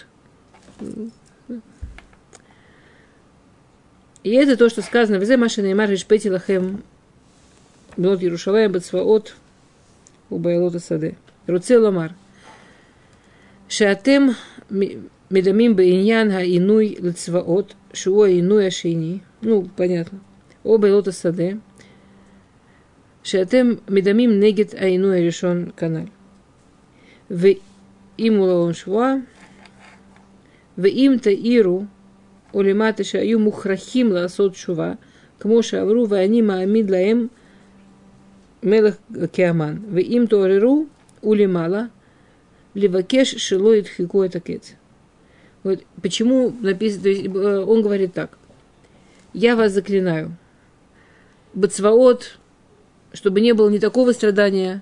И это то, что сказано, везе машина имар ришпети лахем бнот Yerushalayim бацваот убайлота саде. Руце ламар. Шеатем медамим бейньян хаинуй лцваот, шуо инуй ашини. Ну, понятно. Убайлота саде. Шеатем медамим негет айну решен каналь. В имулаон шва, в им таиру, улиматы шаю мухрахим ласот шува, кмоша авру, в они маамид лаем мелах кеаман. В им тореру улимала, ливакеш шилоид хико этакец. Вот почему написано, то есть он говорит так. Я вас заклинаю. Бацваот, чтобы не было ни такого страдания,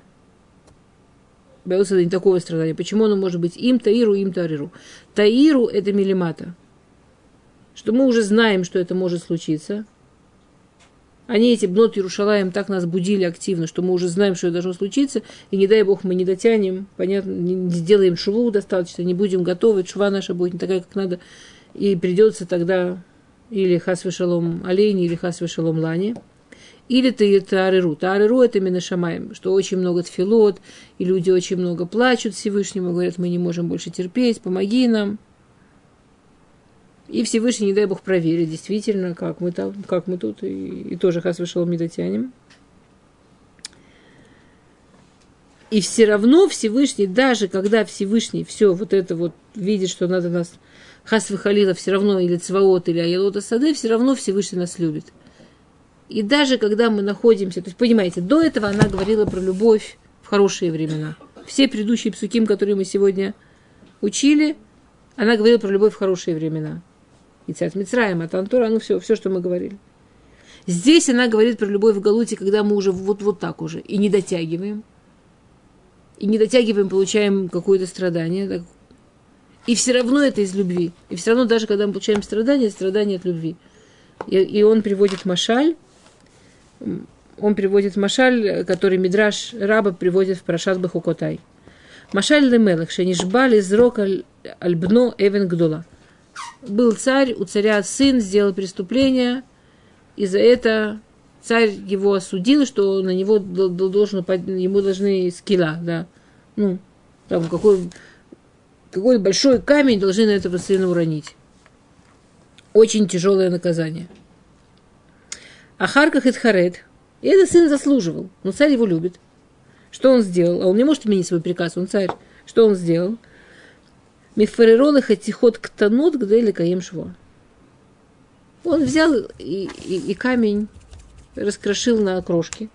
не такого страдания. Почему оно может быть им таиру, им тариру? Таиру – это милимата. Что мы уже знаем, что это может случиться. Они, эти бнот Иерушалаим, так нас будили активно, что мы уже знаем, что это должно случиться, и не дай Бог мы не дотянем, понятно, не сделаем шву достаточно, не будем готовы, шва наша будет не такая, как надо, и придется тогда или хас вешалом олень, или хас вешалом лани, или таареру. Таареру – это именно шамаем, что очень много тфилот, и люди очень много плачут Всевышнему, говорят, мы не можем больше терпеть, помоги нам. И Всевышний, не дай Бог, проверит, действительно, как мы тут, и тоже хас вешалом не дотянем. И все равно Всевышний, даже когда Всевышний все вот это вот видит, что надо нас хас вихалила все равно, или цваот, или аялота сады, все равно Всевышний нас любит. И даже когда мы находимся, то есть, понимаете, до этого она говорила про любовь в хорошие времена. Все предыдущие псуким, которые мы сегодня учили, она говорила про любовь в хорошие времена. Ицат Мицраим, Атантура, ну все, что мы говорили. Здесь она говорит про любовь в Галуте, когда мы уже вот так уже, и не дотягиваем. И не дотягиваем, получаем какое-то страдание. Так. И все равно это из любви. И все равно даже когда мы получаем страдание от любви. И он приводит машаль, который Мидраш Раба приводит в Парашат Бехукотай. Машаль лемелах, шенишбали зрок альбно эвен гдола. Был царь, у царя сын сделал преступление, и за это царь его осудил, что на него ему должны скилла, да. Ну, там какой большой камень должны на этого сына уронить. Очень тяжелое наказание. А Харках Эдхарет, и этот сын заслуживал, но царь его любит. Что он сделал? А он не может изменить свой приказ, он царь. Что он сделал? Мифарерон и хатихот ктанот гдели каем шво. Он взял и камень раскрошил на крошки.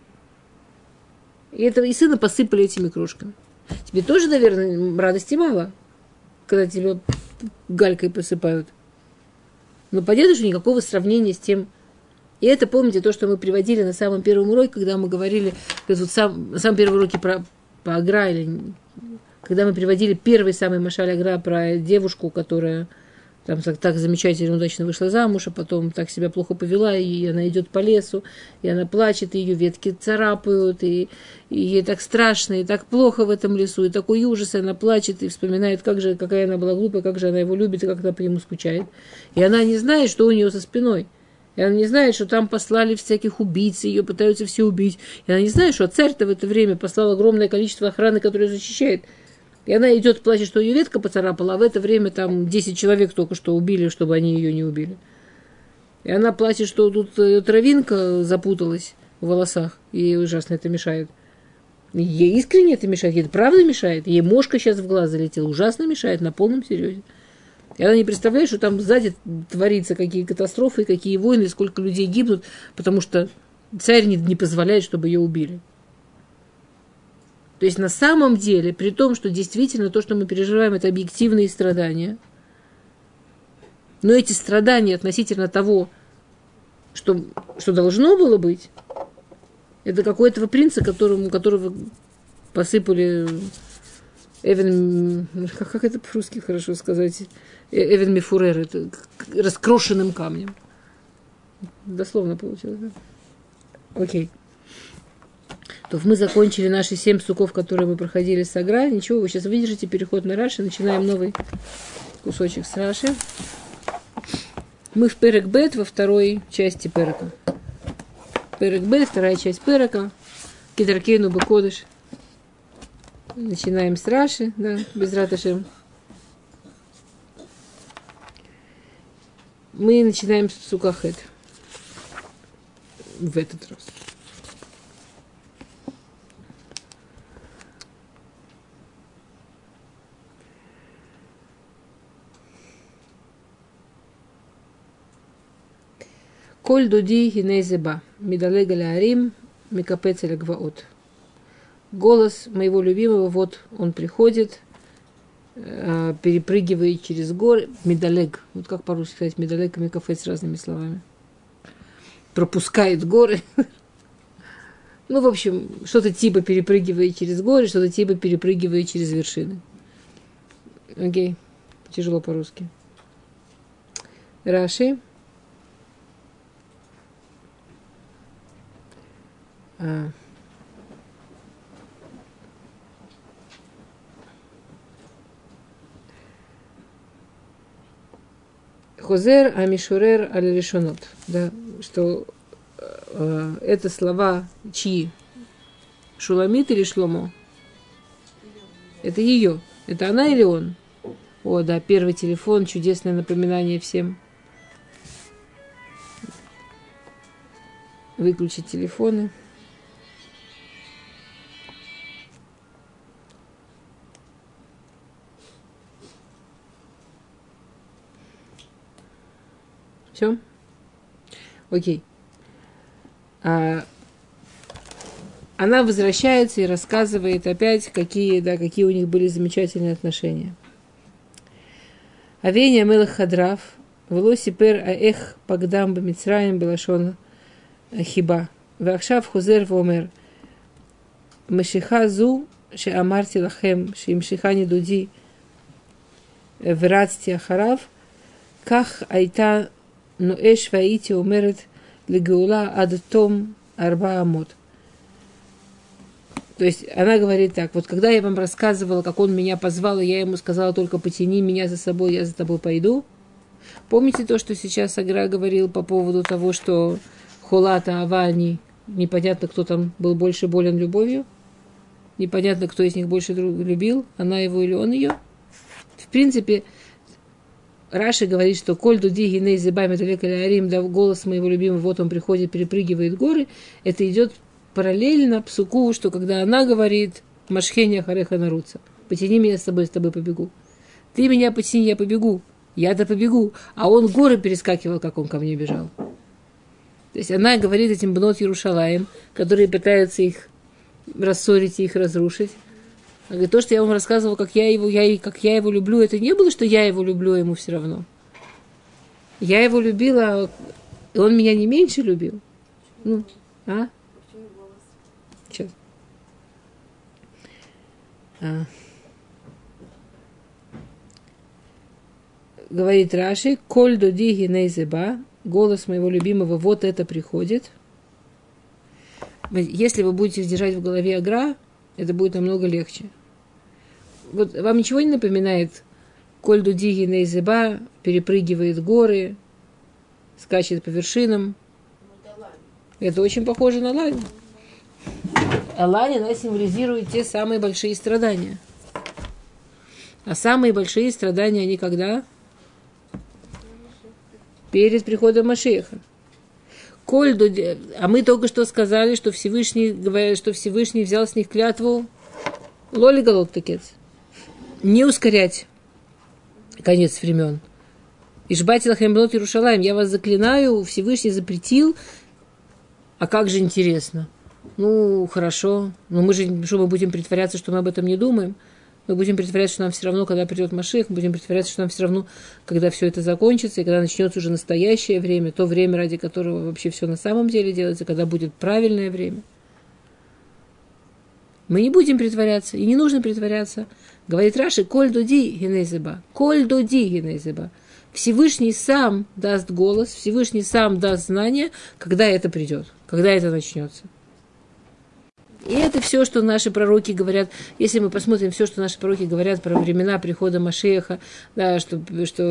И сына посыпали этими крошками. Тебе тоже, наверное, радости мало, когда тебя галькой посыпают. Но понятно, что никакого сравнения с тем. И это, помните, то, что мы приводили на самом первом уроке, когда мы говорили, на самом первом уроке по Агра, или когда мы приводили первый самый Машаль Агра про девушку, которая там так замечательно, удачно вышла замуж, а потом так себя плохо повела, и она идет по лесу, и она плачет, и ее ветки царапают, и ей так страшно, и так плохо в этом лесу, и такой ужас, и она плачет, и вспоминает, какая она была глупая, как же она его любит, и как она по нему скучает. И она не знает, что у нее за спиной. И она не знает, что там послали всяких убийц, ее пытаются все убить. И она не знает, что царь-то в это время послал огромное количество охраны, которая защищает. И она идет, плачет, что ее ветка поцарапала, а в это время там 10 человек только что убили, чтобы они ее не убили. И она плачет, что тут травинка запуталась в волосах, и ей ужасно это мешает. И ей искренне это мешает, ей это правда мешает. Ей мошка сейчас в глаз залетела, ужасно мешает, на полном серьезе. И она не представляет, что там сзади творится, какие катастрофы, какие войны, сколько людей гибнут, потому что царь не позволяет, чтобы ее убили. То есть на самом деле, при том, что действительно то, что мы переживаем, это объективные страдания, но эти страдания относительно того, что должно было быть, это какой-то принца, которого посыпали Эвен, как это по-русски хорошо сказать, Эвен Мифурер, это раскрошенным камнем. Дословно получилось, да? Окей. То мы закончили наши 7 псуков, которые мы проходили с Агра. Ничего, вы сейчас выдержите переход на Раши. Начинаем новый кусочек с Раши. Мы в Перек Бет, во второй части Перека. Перек Бет, вторая часть Перека. Кидракейну Бекодыш. Начинаем с Раши, да, без Раташем. Мы начинаем с псука Хет. В этот раз. Коль дуди гинезеба, мидалега лаарим, микапец гваот. Голос моего любимого, вот он приходит, перепрыгивает через горы. Медалег, вот как по-русски сказать, медалег и микафет с разными словами. Пропускает горы. Ну, в общем, что-то типа перепрыгивает через горы, что-то типа перепрыгивает через вершины. Окей, тяжело по-русски. Раши. Хозер амишурер аль-решонот. Да, что это слова чьи? Шуламит или Шломо? Это ее. Это она или он? О, да, первый телефон, чудесное напоминание всем. Выключить телефоны. Все? Окей. Она возвращается и рассказывает опять, какие у них были замечательные отношения. Авения мелах хадрав, велосипер аэх пагдам бамицраим белашон хиба. Вахшав хузер вомер. Машиха зу шеамарти лахем, шеимшихани дуди врацти ахарав, ках айта ноэш ваити умерет легеула адтом арба амот. То есть она говорит так, вот когда я вам рассказывала, как он меня позвал, и я ему сказала, только потяни меня за собой, я за тобой пойду. Помните то, что сейчас Агра говорил по поводу того, что Холата, Авани, непонятно, кто там был больше болен любовью? Непонятно, кто из них больше любил, она его или он ее? В принципе, Раши говорит, что «Коль дуди гиней зебами далека лярим», да, голос моего любимого, вот он приходит, перепрыгивает горы, это идет параллельно псуку, что когда она говорит «Машхеня хареха наруца», «Потяни меня с тобой побегу». «Ты меня потяни, я побегу». «Я-то побегу». А он горы перескакивал, как он ко мне бежал. То есть она говорит этим бнот Ярушалаим, которые пытаются их рассорить и их разрушить. Она говорит, то, что я вам рассказывала, как я его люблю, это не было, что я его люблю, ему все равно. Я его любила, и он меня не меньше любил. Ну, а? Сейчас. Говорит Раши, коль доди гинейзеба, голос моего любимого, вот это приходит. Если вы будете держать в голове Агра, это будет намного легче. Вот вам ничего не напоминает? Коль дуди гинейзеба, перепрыгивает горы, скачет по вершинам. Это очень похоже на Лань. А Лань, она символизирует те самые большие страдания. А самые большие страдания, они когда? Перед приходом Машеха. А мы только что сказали, что Всевышний взял с них клятву Лоли Галот Такец. Не ускорять конец времен. Ишбати лахем бнот Ярушалаим, я вас заклинаю, Всевышний запретил. А как же интересно? Ну, хорошо. Но мы будем притворяться, что мы об этом не думаем? Мы будем притворяться, что нам все равно, когда придет Машех, мы будем притворяться, что нам все равно, когда все это закончится, и когда начнется уже настоящее время, то время, ради которого вообще все на самом деле делается, когда будет правильное время. Мы не будем притворяться, и не нужно притворяться. Говорит Раши, коль дуди гинезеба, коль дуди гинезеба. Всевышний сам даст голос, Всевышний сам даст знания, когда это придет, когда это начнется. И это все, что наши пророки говорят. Если мы посмотрим все, что наши пророки говорят про времена прихода Машеха, да, что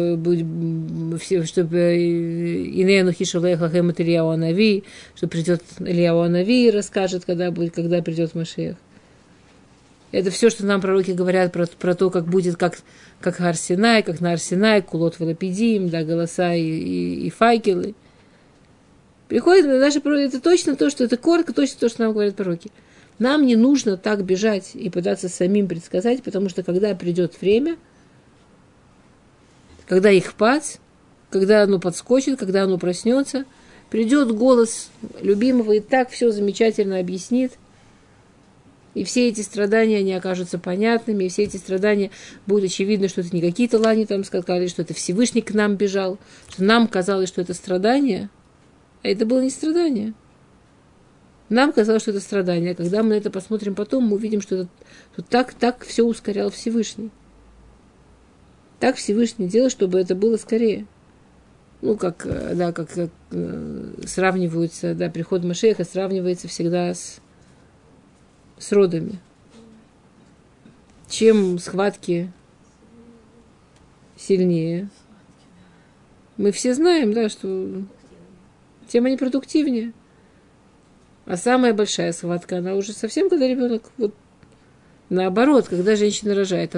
Инеяну Хишулеха Хемат Ильяу Анави, что придет Ильяу Анави и расскажет, когда придет Машех. Это все, что нам пророки говорят про то, как будет, как Гар-Синай, как на Ар-Синай, Кулот Велопидим, да, голоса и факелы. Приходит наши пророки, это точно то, что это коротко, точно то, что нам говорят пророки. Нам не нужно так бежать и пытаться самим предсказать, потому что когда придет время, когда их пац, когда оно подскочит, когда оно проснется, Придет голос любимого и так все замечательно объяснит. И все эти страдания, они окажутся понятными, и все эти страдания будет очевидно, что это не какие-то лани там сказали, что это Всевышний к нам бежал, что нам казалось, что это страдание, а это было не страдание. Нам казалось, что это страдание, а когда мы на это посмотрим потом, мы увидим, что так все ускорял Всевышний. Так Всевышний делал, чтобы это было скорее. Ну, как сравниваются, приход Машеха сравнивается всегда с родами. Чем схватки сильнее, мы все знаем, что тем они продуктивнее. А самая большая схватка, она уже совсем, когда ребенок, наоборот, когда женщина рожает.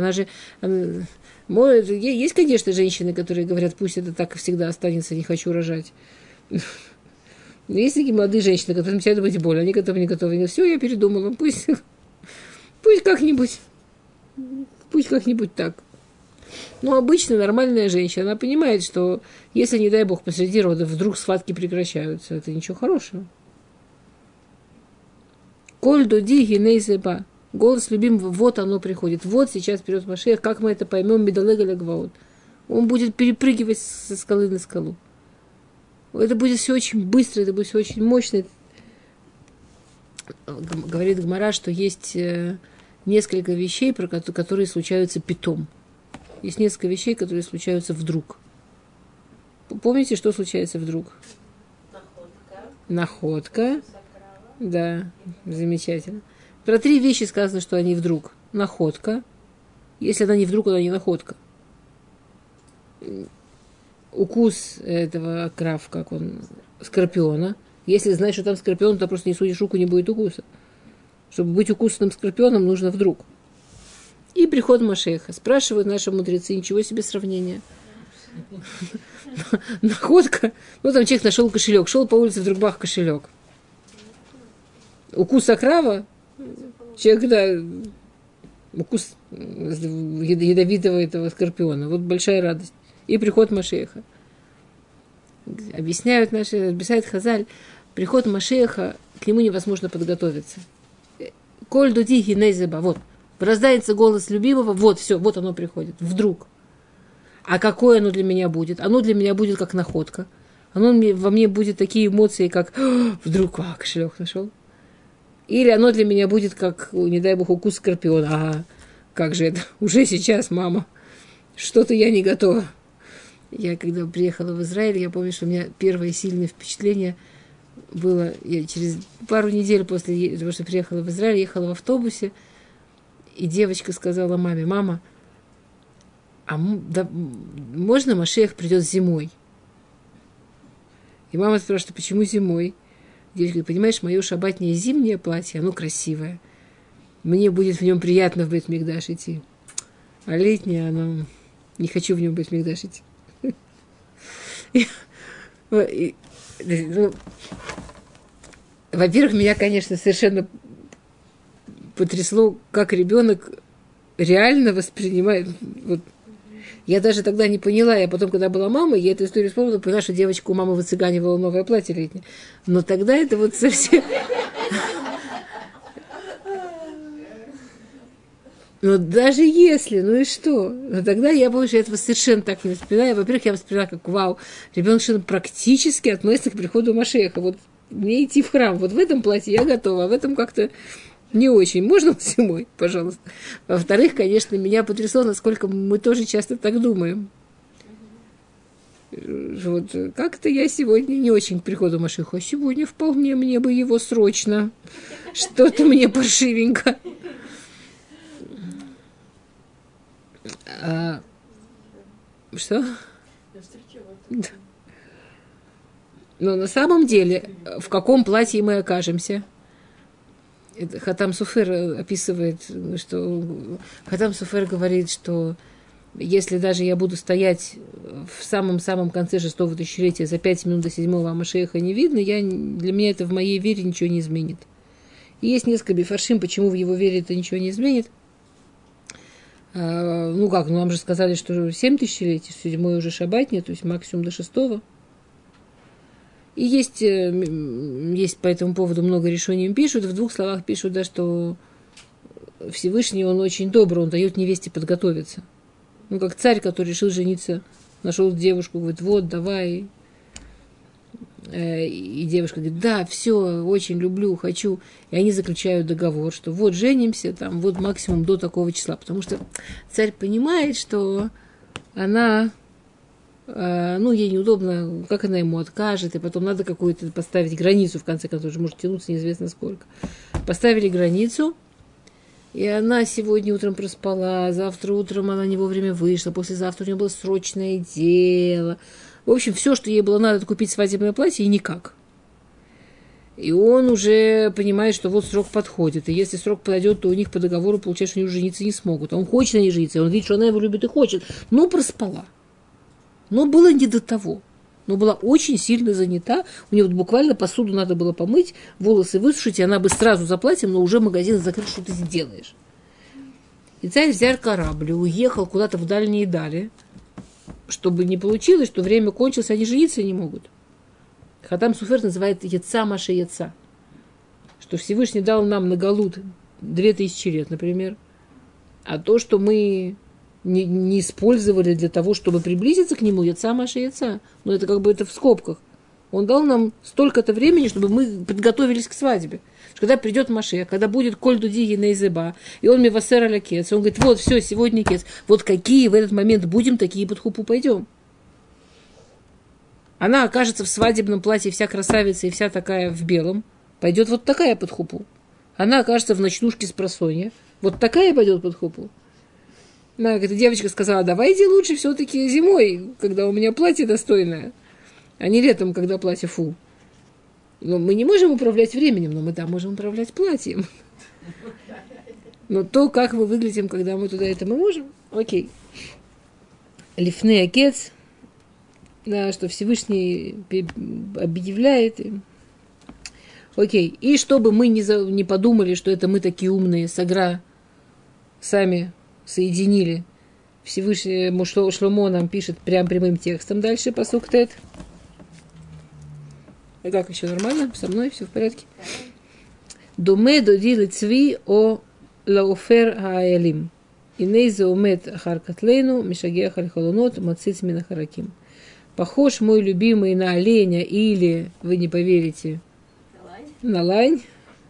Есть, конечно, женщины, которые говорят, пусть это так и всегда останется, не хочу рожать. Но есть такие молодые женщины, которые начинают быть больно, они готовы, не готовы. Они говорят, все, я передумала, пусть как-нибудь так. Но обычно нормальная женщина, она понимает, что если, не дай бог, посреди родов вдруг схватки прекращаются, это ничего хорошего. Коль доди гинейзеба. Голос любимого, вот оно приходит. Вот сейчас придет Машех, как мы это поймем, медалега лягваот. Он будет перепрыгивать со скалы на скалу. Это будет все очень быстро, это будет все очень мощно. Говорит Гмара, что есть несколько вещей, которые случаются питом. Есть несколько вещей, которые случаются вдруг. Помните, что случается вдруг? Находка. Да, замечательно. Про 3 вещи сказано, что они вдруг. Находка. Если она не вдруг, она не находка. Укус этого скорпиона. Если знаешь, что там скорпион, то просто не судишь руку, не будет укуса. Чтобы быть укусанным скорпионом, нужно вдруг. И приход Машеха. Спрашивают наши мудрецы, ничего себе сравнение. Находка. Там человек нашел кошелек. Шел по улице, вдруг бах, кошелек. Укус окрава. Человек, укус ядовитого этого скорпиона. Вот большая радость. И приход Машеха. Объясняет Хазаль, приход Машеха, к нему невозможно подготовиться. Коль дуди гинезеба, вот. Раздается голос любимого, вот, все, вот оно приходит. Вдруг. А какое оно для меня будет? Оно для меня будет как находка. Во мне будет такие эмоции, как вдруг, кошелек нашел. Или оно для меня будет как, не дай бог, укус скорпиона. Ага, как же это? Уже сейчас, мама. Что-то я не готова. Я когда приехала в Израиль, я помню, что у меня первое сильное впечатление было, я через пару недель после того, что приехала в Израиль, ехала в автобусе, и девочка сказала маме, мама, можно Машех придет зимой? И мама спрашивает, почему зимой? Девочка говорит, понимаешь, мое шабатнее зимнее платье, оно красивое. Мне будет в нем приятно в Бейт-Микдаш идти. А летнее, оно... Не хочу в нем Бейт-Микдаш идти. Во-первых, меня, конечно, совершенно потрясло, как ребенок реально воспринимает. Я даже тогда не поняла, я потом, когда была мамой, я эту историю вспомнила, поняла, что девочка у мамы выцыганивала новое платье летнее. Но тогда это совсем... Но даже если, и что? Но тогда я помню, что я этого совершенно так не восприняла. Во-первых, я восприняла как вау. Ребенок совершенно практически относится к приходу Машеха. Мне идти в храм. В этом платье я готова, а в этом как-то не очень. Можно зимой, пожалуйста. Во-вторых, конечно, меня потрясло, насколько мы тоже часто так думаем. Как-то я сегодня не очень к приходу Машеха, а сегодня вполне мне бы его срочно. Что-то мне паршивенько. Что? Да. Но на самом деле, в каком платье мы окажемся? Хатам Суфер описывает, что... Хатам Суфер говорит, что если даже я буду стоять в самом-самом конце 6-го тысячелетия за 5 минут до 7-го, а Машеха не видно, для меня это в моей вере ничего не изменит. И есть несколько бифаршим, почему в его вере это ничего не изменит. Нам же сказали, что 7 тысячелетий, 7-й уже шабатня, то есть максимум до 6-го. И есть по этому поводу много решений им пишут. В 2 словах пишут, да, что Всевышний, он очень добрый, он дает невесте подготовиться. Ну, как царь, который решил жениться, нашел девушку, говорит, вот, давай. И девушка говорит, да, все, очень люблю, хочу. И они заключают договор, что вот женимся, там, вот максимум до такого числа. Потому что царь понимает, что она, ей неудобно, как она ему откажет, и потом надо какую-то поставить границу, в конце концов, может тянуться неизвестно сколько. Поставили границу, и она сегодня утром проспала, завтра утром она не вовремя вышла, послезавтра у нее было срочное дело. В общем, все, что ей было надо, это купить свадебное платье, и никак. И он уже понимает, что вот срок подходит. И если срок подойдет, то у них по договору, получается, что они уже жениться не смогут. А он хочет на ней жениться, и он видит, что она его любит и хочет. Но проспала. Но было не до того. Но была очень сильно занята. У нее вот буквально посуду надо было помыть, волосы высушить, и она бы сразу за платьем, но уже магазин закрыт, что ты сделаешь. И царь взял корабль и уехал куда-то в дальние дали, чтобы не получилось, что время кончилось, они жениться не могут. Хатам Суфер называет яца Маше яца, что Всевышний дал нам на галут 2000 лет, например, а то, что мы не использовали для того, чтобы приблизиться к нему, яца Маше яца, но это как бы это в скобках. Он дал нам столько-то времени, чтобы мы подготовились к свадьбе. Что когда придет Машех, когда будет Коль Дуди Нейзеба, и он Мивасер аля Кец, он говорит, вот, все, сегодня Кец. Вот какие в этот момент будем, такие под хупу пойдем. Она окажется в свадебном платье, вся красавица и вся такая в белом. Пойдет вот такая под хупу. Она окажется в ночнушке с просонья. Вот такая пойдет под хупу. Эта девочка сказала, давайте лучше все-таки зимой, когда у меня платье достойное, а не летом, когда платье фу. Но мы не можем управлять временем, но мы там можем управлять платьем. Но то, как мы выглядим, когда мы туда это мы можем, окей. Лифней Акец, да, что Всевышний объявляет. Окей. И чтобы мы не подумали, что это мы такие умные, сагра сами соединили. Всевышний Шломо нам пишет прям прямым текстом дальше, пасук тет. И как еще нормально? Со мной все в порядке. Доме доди цви о лаофер хаэлим. Инейзе умет харкатлейну мишагех аль-халунот мациц минахараким. Похож мой любимый на оленя или, вы не поверите, на лань.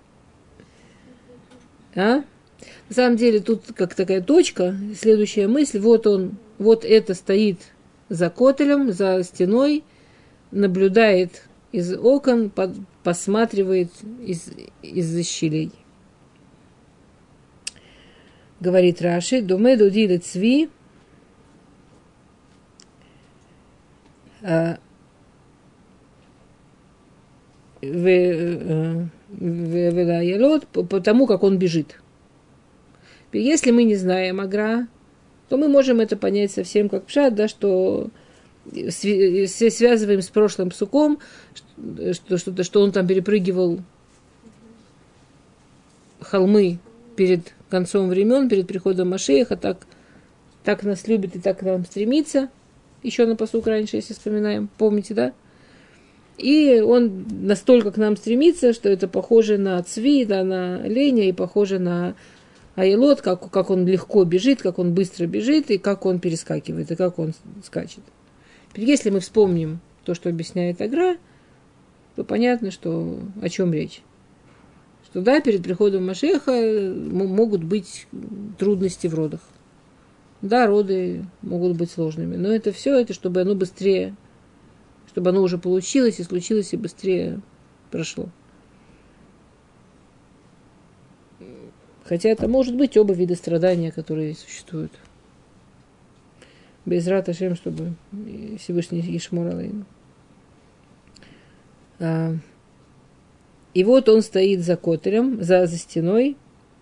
А? На самом деле тут как такая точка, следующая мысль, вот он, вот это стоит за котелем, за стеной, наблюдает из окон, посматривает из-за щелей. Говорит Раши, думе дудили цви, потому как он бежит. Если мы не знаем Агра, то мы можем это понять совсем как пшат, да, что связываем с прошлым псуком, что он там перепрыгивал холмы перед концом времен, перед приходом Машеха, так нас любит и так к нам стремится. Еще на пасук раньше, если вспоминаем, помните, да? И он настолько к нам стремится, что это похоже на цви, да, на оленя, и похоже на айлот, как он легко бежит, как он быстро бежит, и как он перескакивает, и как он скачет. Если мы вспомним то, что объясняет Агра, то понятно, что о чем речь. Что да, перед приходом Машеха могут быть трудности в родах. Да, роды могут быть сложными, но это все, это чтобы оно быстрее, чтобы оно уже получилось и случилось, и быстрее прошло. Хотя это может быть оба вида страдания, которые существуют. Безрат Ашем, чтобы Всевышний Ишмор алейну. И вот он стоит за котелем, за стеной.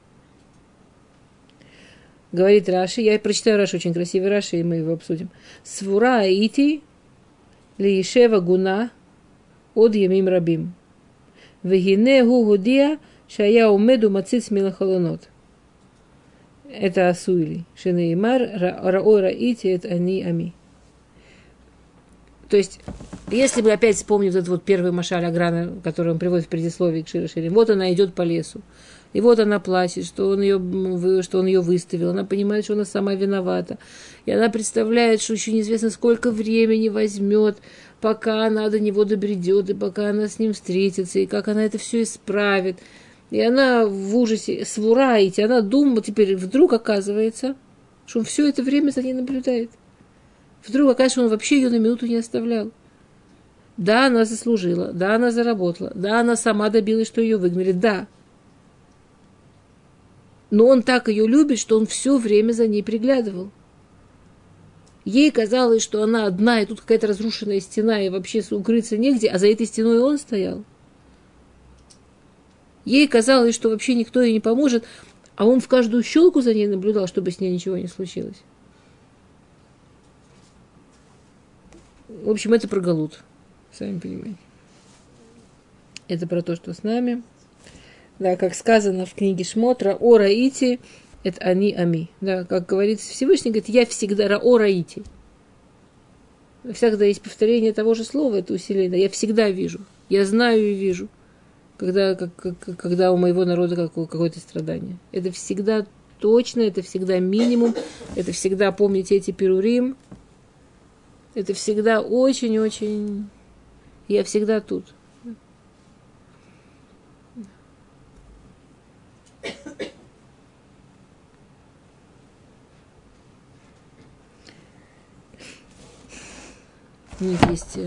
Говорит Раши, я прочитаю Раши, очень красивый Раши, и мы его обсудим. Свура аити лиешева гуна од ямим рабим. Вегине гу гудия шая умеду мациц милахалонот. Это Асуили. Шенеймар раой раити это они ами. То есть, если мы опять вспомним этот вот первый машаль Аграна, который он приводит в предисловии к Шир Ширим, вот она идет по лесу, и вот она плачет, что он ее выставил, она понимает, что она сама виновата, и она представляет, что еще неизвестно, сколько времени возьмет, пока она до него добредет, и пока она с ним встретится, и как она это все исправит. И она в ужасе, свураите, она думала, теперь вдруг оказывается, что он все это время за ней наблюдает. Вдруг оказывается, он вообще ее на минуту не оставлял. Да, она заслужила, да, она заработала, да, она сама добилась, что ее выгнали, да. Но он так ее любит, что он все время за ней приглядывал. Ей казалось, что она одна, и тут какая-то разрушенная стена, и вообще укрыться негде, а за этой стеной он стоял. Ей казалось, что вообще никто ей не поможет, а он в каждую щелку за ней наблюдал, чтобы с ней ничего не случилось. В общем, это про галут, сами понимаете. Это про то, что с нами. Да, как сказано в книге Шмотра, «О раити, это они ами». Да, как говорится Всевышний, говорит, я всегда о раити. Всегда есть повторение того же слова, это усиление. Я всегда вижу, я знаю и вижу, когда у моего народа какое-то страдание. Это всегда точно, это всегда минимум, это всегда, помните эти пирурим, это всегда очень-очень, я всегда тут. У них есть...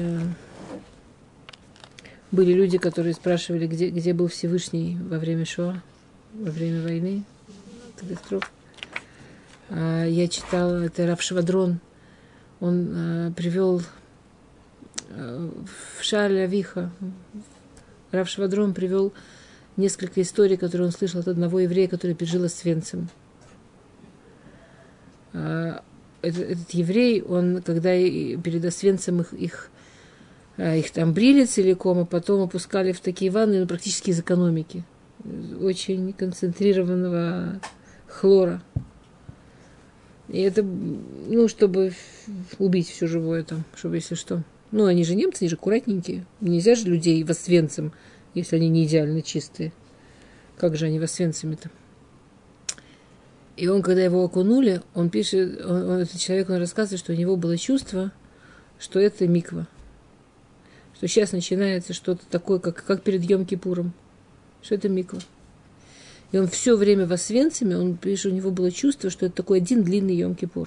Были люди, которые спрашивали, где был Всевышний во время Шоа, во время войны, катастроф. Я читала, это Рав Швадрон, он привел в Шааль Авиха, Рав Швадрон привел несколько историй, которые он слышал от одного еврея, который пережил Освенцим. Этот еврей, он, когда перед Освенцем их там брили целиком, а потом опускали в такие ванны, практически из экономики. Очень концентрированного хлора. И это, чтобы убить все живое там, чтобы если что. Они же немцы, они же аккуратненькие. Нельзя же людей в Освенцим, если они не идеально чистые. Как же они в Освенциме-то? И он, когда его окунули, он пишет, этот человек, он рассказывает, что у него было чувство, что это миква. Что сейчас начинается что-то такое, как перед Йом-Кипуром. Что это миква. И он все время в Освенциме, он пишет, у него было чувство, что это такой один длинный Йом-Кипур.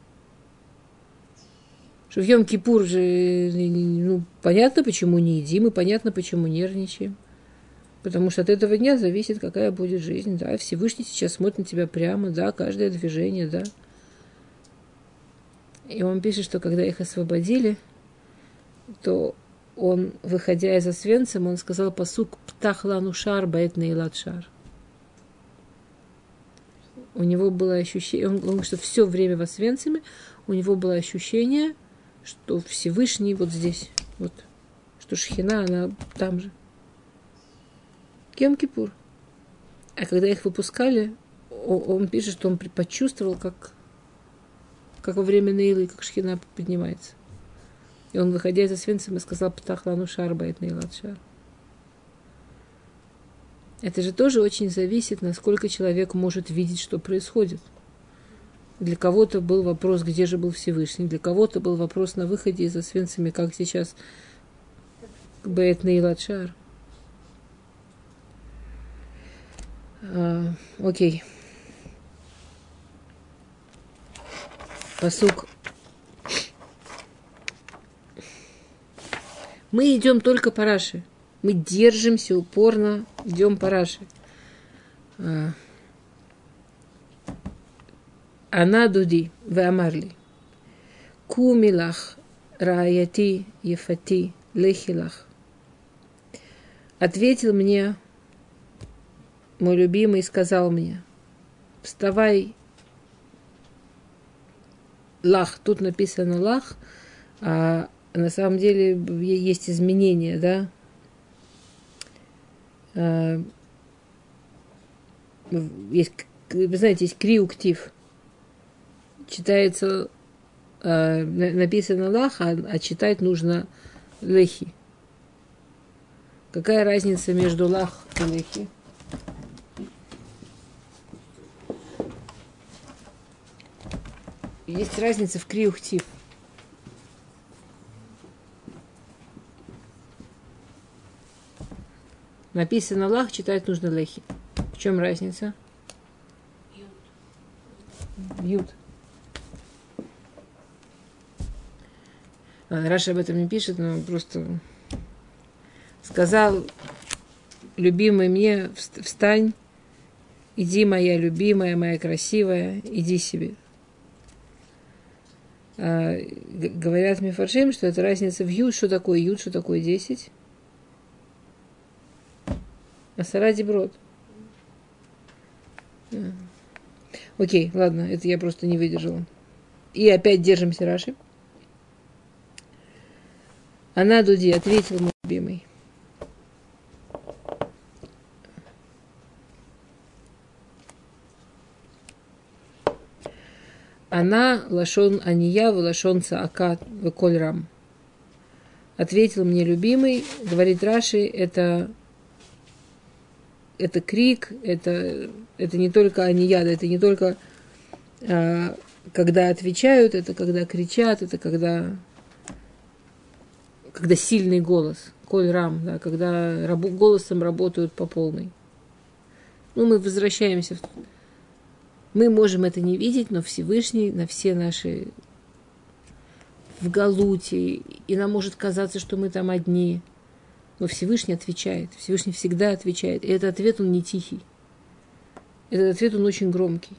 Что в Йом-Кипур же, понятно, почему не едим, и понятно, почему нервничаем. Потому что от этого дня зависит, какая будет жизнь, да. Всевышний сейчас смотрит на тебя прямо, да, каждое движение, да. И он пишет, что когда их освободили, то он, выходя из Освенцима, он сказал пасук «Птах лану шар, баэт неилат шар». У него было ощущение, он говорит, что все время в Освенциме у него было ощущение, что Всевышний вот здесь, вот, что Шхина, она там же. Йом-Кипур. А когда их выпускали, он пишет, что он почувствовал, как во время Нейлы, как Шхина поднимается. И он, выходя из Освенцима, сказал «Птах лану шар, баэт неилат шар». Это же тоже очень зависит, насколько человек может видеть, что происходит. Для кого-то был вопрос, где же был Всевышний, для кого-то был вопрос на выходе из Освенцима, как сейчас баэт неилат шар. Окей. Пасук. Мы идем только по Раши. Мы держимся упорно, идем по Раши. Ана дуди веамарли. Кумилах рааяти ефати лехилах. Ответил мне мой любимый, сказал мне: вставай, лах. Тут написано лах, а на самом деле есть изменения, да? Есть, вы знаете, есть криуктив. Читается написано лах, а читать нужно лехи. Какая разница между лах и лехи? Есть разница в криухтив. Написано лах, читать нужно лехи. В чем разница? Ют. Раша об этом не пишет, но просто сказал: любимый мне, встань, иди, моя любимая, моя красивая, иди себе. Говорят мифаршим, что это разница в ют, что такое ют, что такое 10. Асара диброд. Окей, ладно, это я просто не выдержала. И опять держимся Раши. Она Дуди ответил, мой любимый. Она лашон ания, лашон цаака, веколь рам. Ответил мне любимый, говорит Раши, это крик, это не только анияда, это не только когда отвечают, это когда кричат, это когда сильный голос, коль рам, да, когда голосом работают по полной. Ну, мы возвращаемся. Мы можем это не видеть, но Всевышний на все наши в галуте, и нам может казаться, что мы там одни. Но Всевышний отвечает. Всевышний всегда отвечает. И этот ответ, он не тихий. Этот ответ, он очень громкий.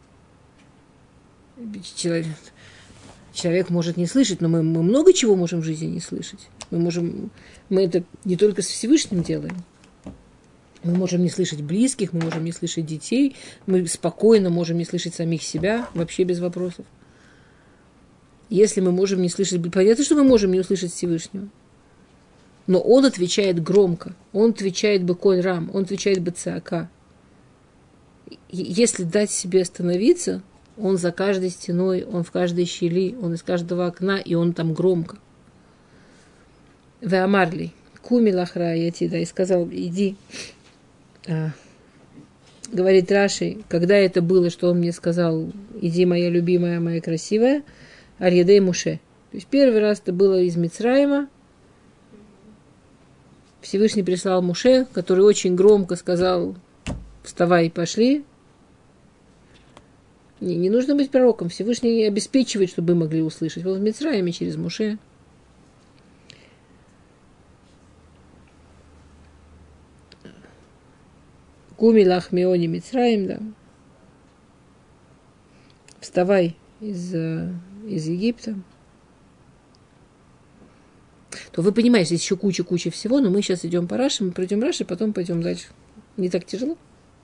Человек может не слышать, но мы много чего можем в жизни не слышать. Мы это не только с Всевышним делаем. Мы можем не слышать близких, мы можем не слышать детей, мы спокойно можем не слышать самих себя, вообще без вопросов. Если мы можем не слышать... Понятно, что мы можем не услышать Всевышнего. Но он отвечает громко, он отвечает беколь рам, он отвечает бецаака. Если дать себе остановиться, он за каждой стеной, он в каждой щели, он из каждого окна, и он там громко. Веамарли, куми лахра ятида, и сказал, иди. Говорит Раши, когда это было, что он мне сказал, иди, моя любимая, моя красивая, аль-ядей Муше. То есть первый раз это было из Мицраима. Всевышний прислал Муше, который очень громко сказал, вставай, пошли. Не нужно быть пророком. Всевышний обеспечивает, чтобы мы могли услышать. Вот в Мицраиме через Муше. Куми лахмиони Мицраим, да. Вставай из Египта. То вы понимаете, здесь еще куча всего, но мы сейчас идем по Раши, мы пройдем Раши, потом пойдем дальше. Не так тяжело?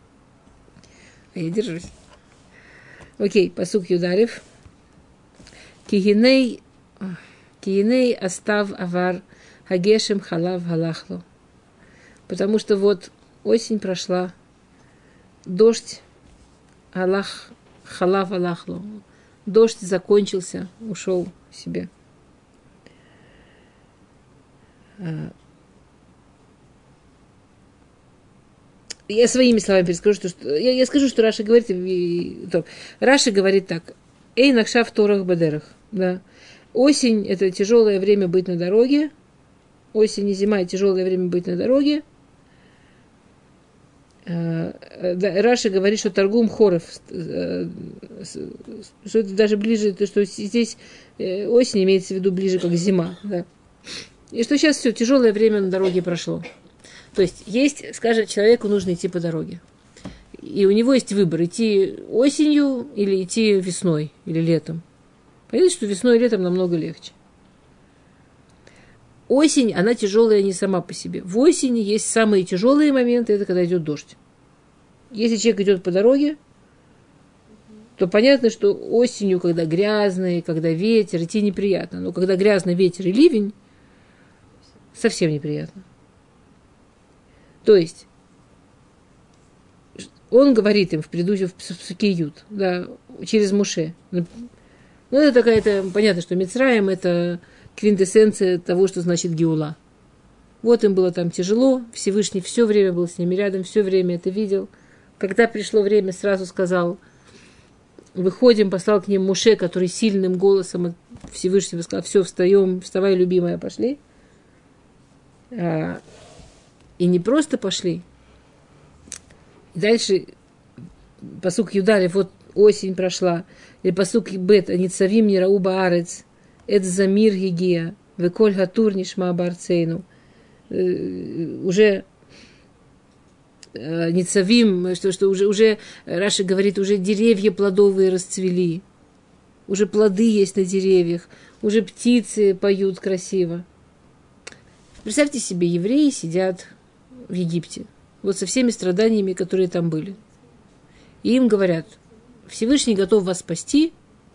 А я держусь. Окей, пасук Юдарев. Кигиней астав авар хагешем халав галахло. Потому что вот осень прошла, дождь халав алахло. Дождь закончился, ушел себе. Я своими словами перескажу, что я скажу, что Раша говорит, Раша говорит так: «Эй, накша в торах бадерах». Да. Осень – это тяжелое время быть на дороге. Осень и зима – это тяжелое время быть на дороге. Раша говорит, что торгум хоров, что это даже ближе, что здесь осень имеется в виду ближе как зима. Да. И что сейчас все, тяжелое время на дороге прошло. То есть, скажем, человеку нужно идти по дороге. И у него есть выбор, идти осенью или идти весной или летом. Понятно, что весной и летом намного легче. Осень, она тяжелая не сама по себе. В осени есть самые тяжелые моменты, это когда идет дождь. Если человек идет по дороге, то понятно, что осенью, когда грязно, когда ветер, идти неприятно. Но когда грязный ветер и ливень, совсем неприятно. То есть, он говорит им в предыдущем в Псуке Ют, да, через Муше, Ну, это такая-то, понятно, что Мицраим – это квинтэссенция того, что значит Геула. Вот им было там тяжело, Всевышний все время был с ними рядом, все время это видел. Когда пришло время, сразу сказал, выходим, послал к ним Моше, который сильным голосом от Всевышнего сказал, все, встаем, вставай, любимая, пошли. И не просто пошли. Дальше пасук Юдалев, вот осень прошла, или пасук Бет, Аницавим Нирау Баарец, Эд Замир Гигия, Веколь Гатур Нишма Барцейну. Уже Ницавим, что уже Раши говорит, уже деревья плодовые расцвели, уже плоды есть на деревьях, уже птицы поют красиво. Представьте себе, евреи сидят в Египте, вот со всеми страданиями, которые там были. И им говорят, Всевышний готов вас спасти,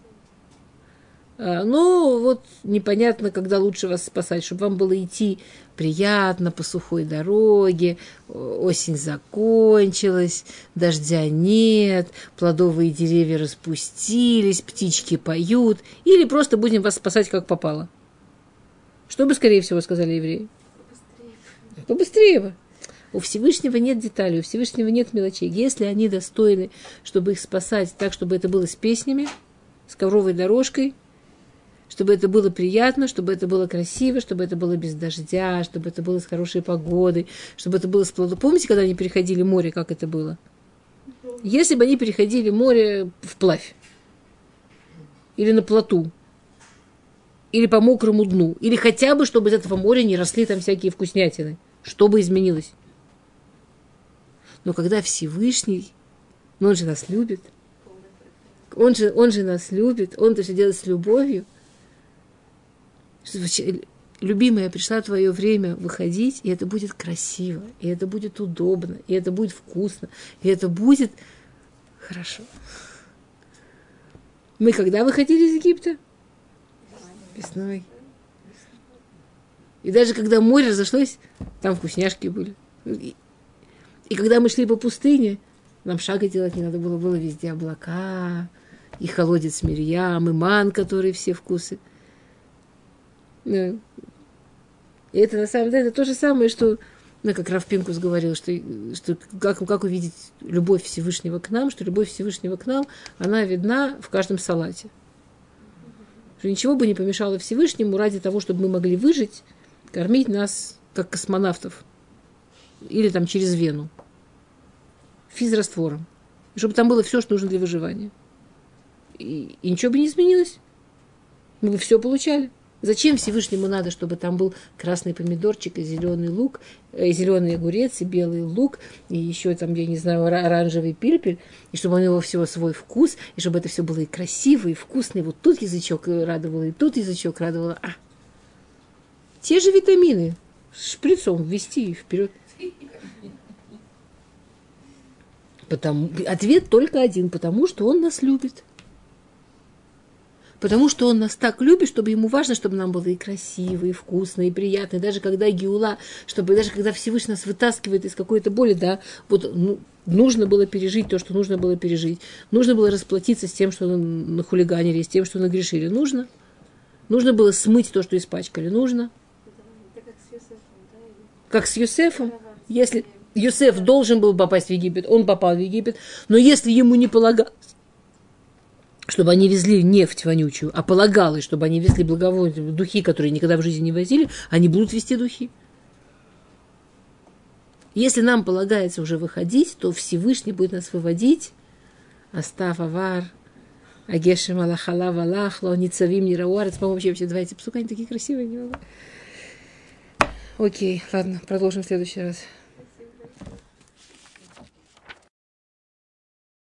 но вот непонятно, когда лучше вас спасать, чтобы вам было идти приятно по сухой дороге, осень закончилась, дождя нет, плодовые деревья распустились, птички поют, или просто будем вас спасать как попало. Что бы, скорее всего, сказали евреи? Побыстрее бы. У Всевышнего нет деталей, у Всевышнего нет мелочей. Если они достойны, чтобы их спасать так, чтобы это было с песнями, с ковровой дорожкой, чтобы это было приятно, чтобы это было красиво, чтобы это было без дождя, чтобы это было с хорошей погодой, чтобы это было с плодом. Помните, когда они переходили море, как это было? Если бы они переходили море вплавь, или на плоту, или по мокрому дну, или хотя бы, чтобы из этого моря не росли там всякие вкуснятины, что бы изменилось? Но когда Всевышний, но он же нас любит, он же нас любит, он это все делает с любовью. Любимая, пришла твое время выходить, и это будет красиво, и это будет удобно, и это будет вкусно, и это будет хорошо. Мы когда выходили из Египта? Весной. И даже когда море разошлось, там вкусняшки были. И когда мы шли по пустыне, нам шага делать не надо было, было везде облака, и колодец Мирьям, и ман, который все вкусы. И это на самом деле это то же самое, что, как Рав Пинкус говорил, что как увидеть любовь Всевышнего к нам, что любовь Всевышнего к нам, она видна в каждом салате. Что ничего бы не помешало Всевышнему ради того, чтобы мы могли выжить, кормить нас, как космонавтов, или там через вену, физраствором. И чтобы там было все, что нужно для выживания. И ничего бы не изменилось. Мы бы все получали. Зачем Всевышнему надо, чтобы там был красный помидорчик и зеленый лук, зеленый огурец и белый лук, и еще там, я не знаю, оранжевый пильпель, и чтобы у него всего свой вкус, и чтобы это все было и красиво, и вкусно, и вот тут язычок радовало, и тут язычок радовало. Те же витамины шприцом ввести и вперед. Ответ только один, потому что он нас любит. Потому что он нас так любит, чтобы ему важно, чтобы нам было и красиво, и вкусно, и приятно. И даже когда геула, даже когда Всевышний нас вытаскивает из какой-то боли, да, вот нужно было пережить то, что нужно было пережить. Нужно было расплатиться с тем, что нахулиганили, с тем, что нагрешили. Нужно. Нужно было смыть то, что испачкали. Нужно. Как с Йосефом. Если Йосеф должен был попасть в Египет, он попал в Египет. Но если ему не полагалось, чтобы они везли нефть вонючую, а полагалось, чтобы они везли благовонные духи, которые никогда в жизни не возили, они будут везти духи. Если нам полагается уже выходить, то Всевышний будет нас выводить. Астав авар, агешем алахала валах, лоницавим нирауарец. По-моему, вообще два эти псука, они такие красивые, не могу. Окей, ладно, продолжим в следующий раз.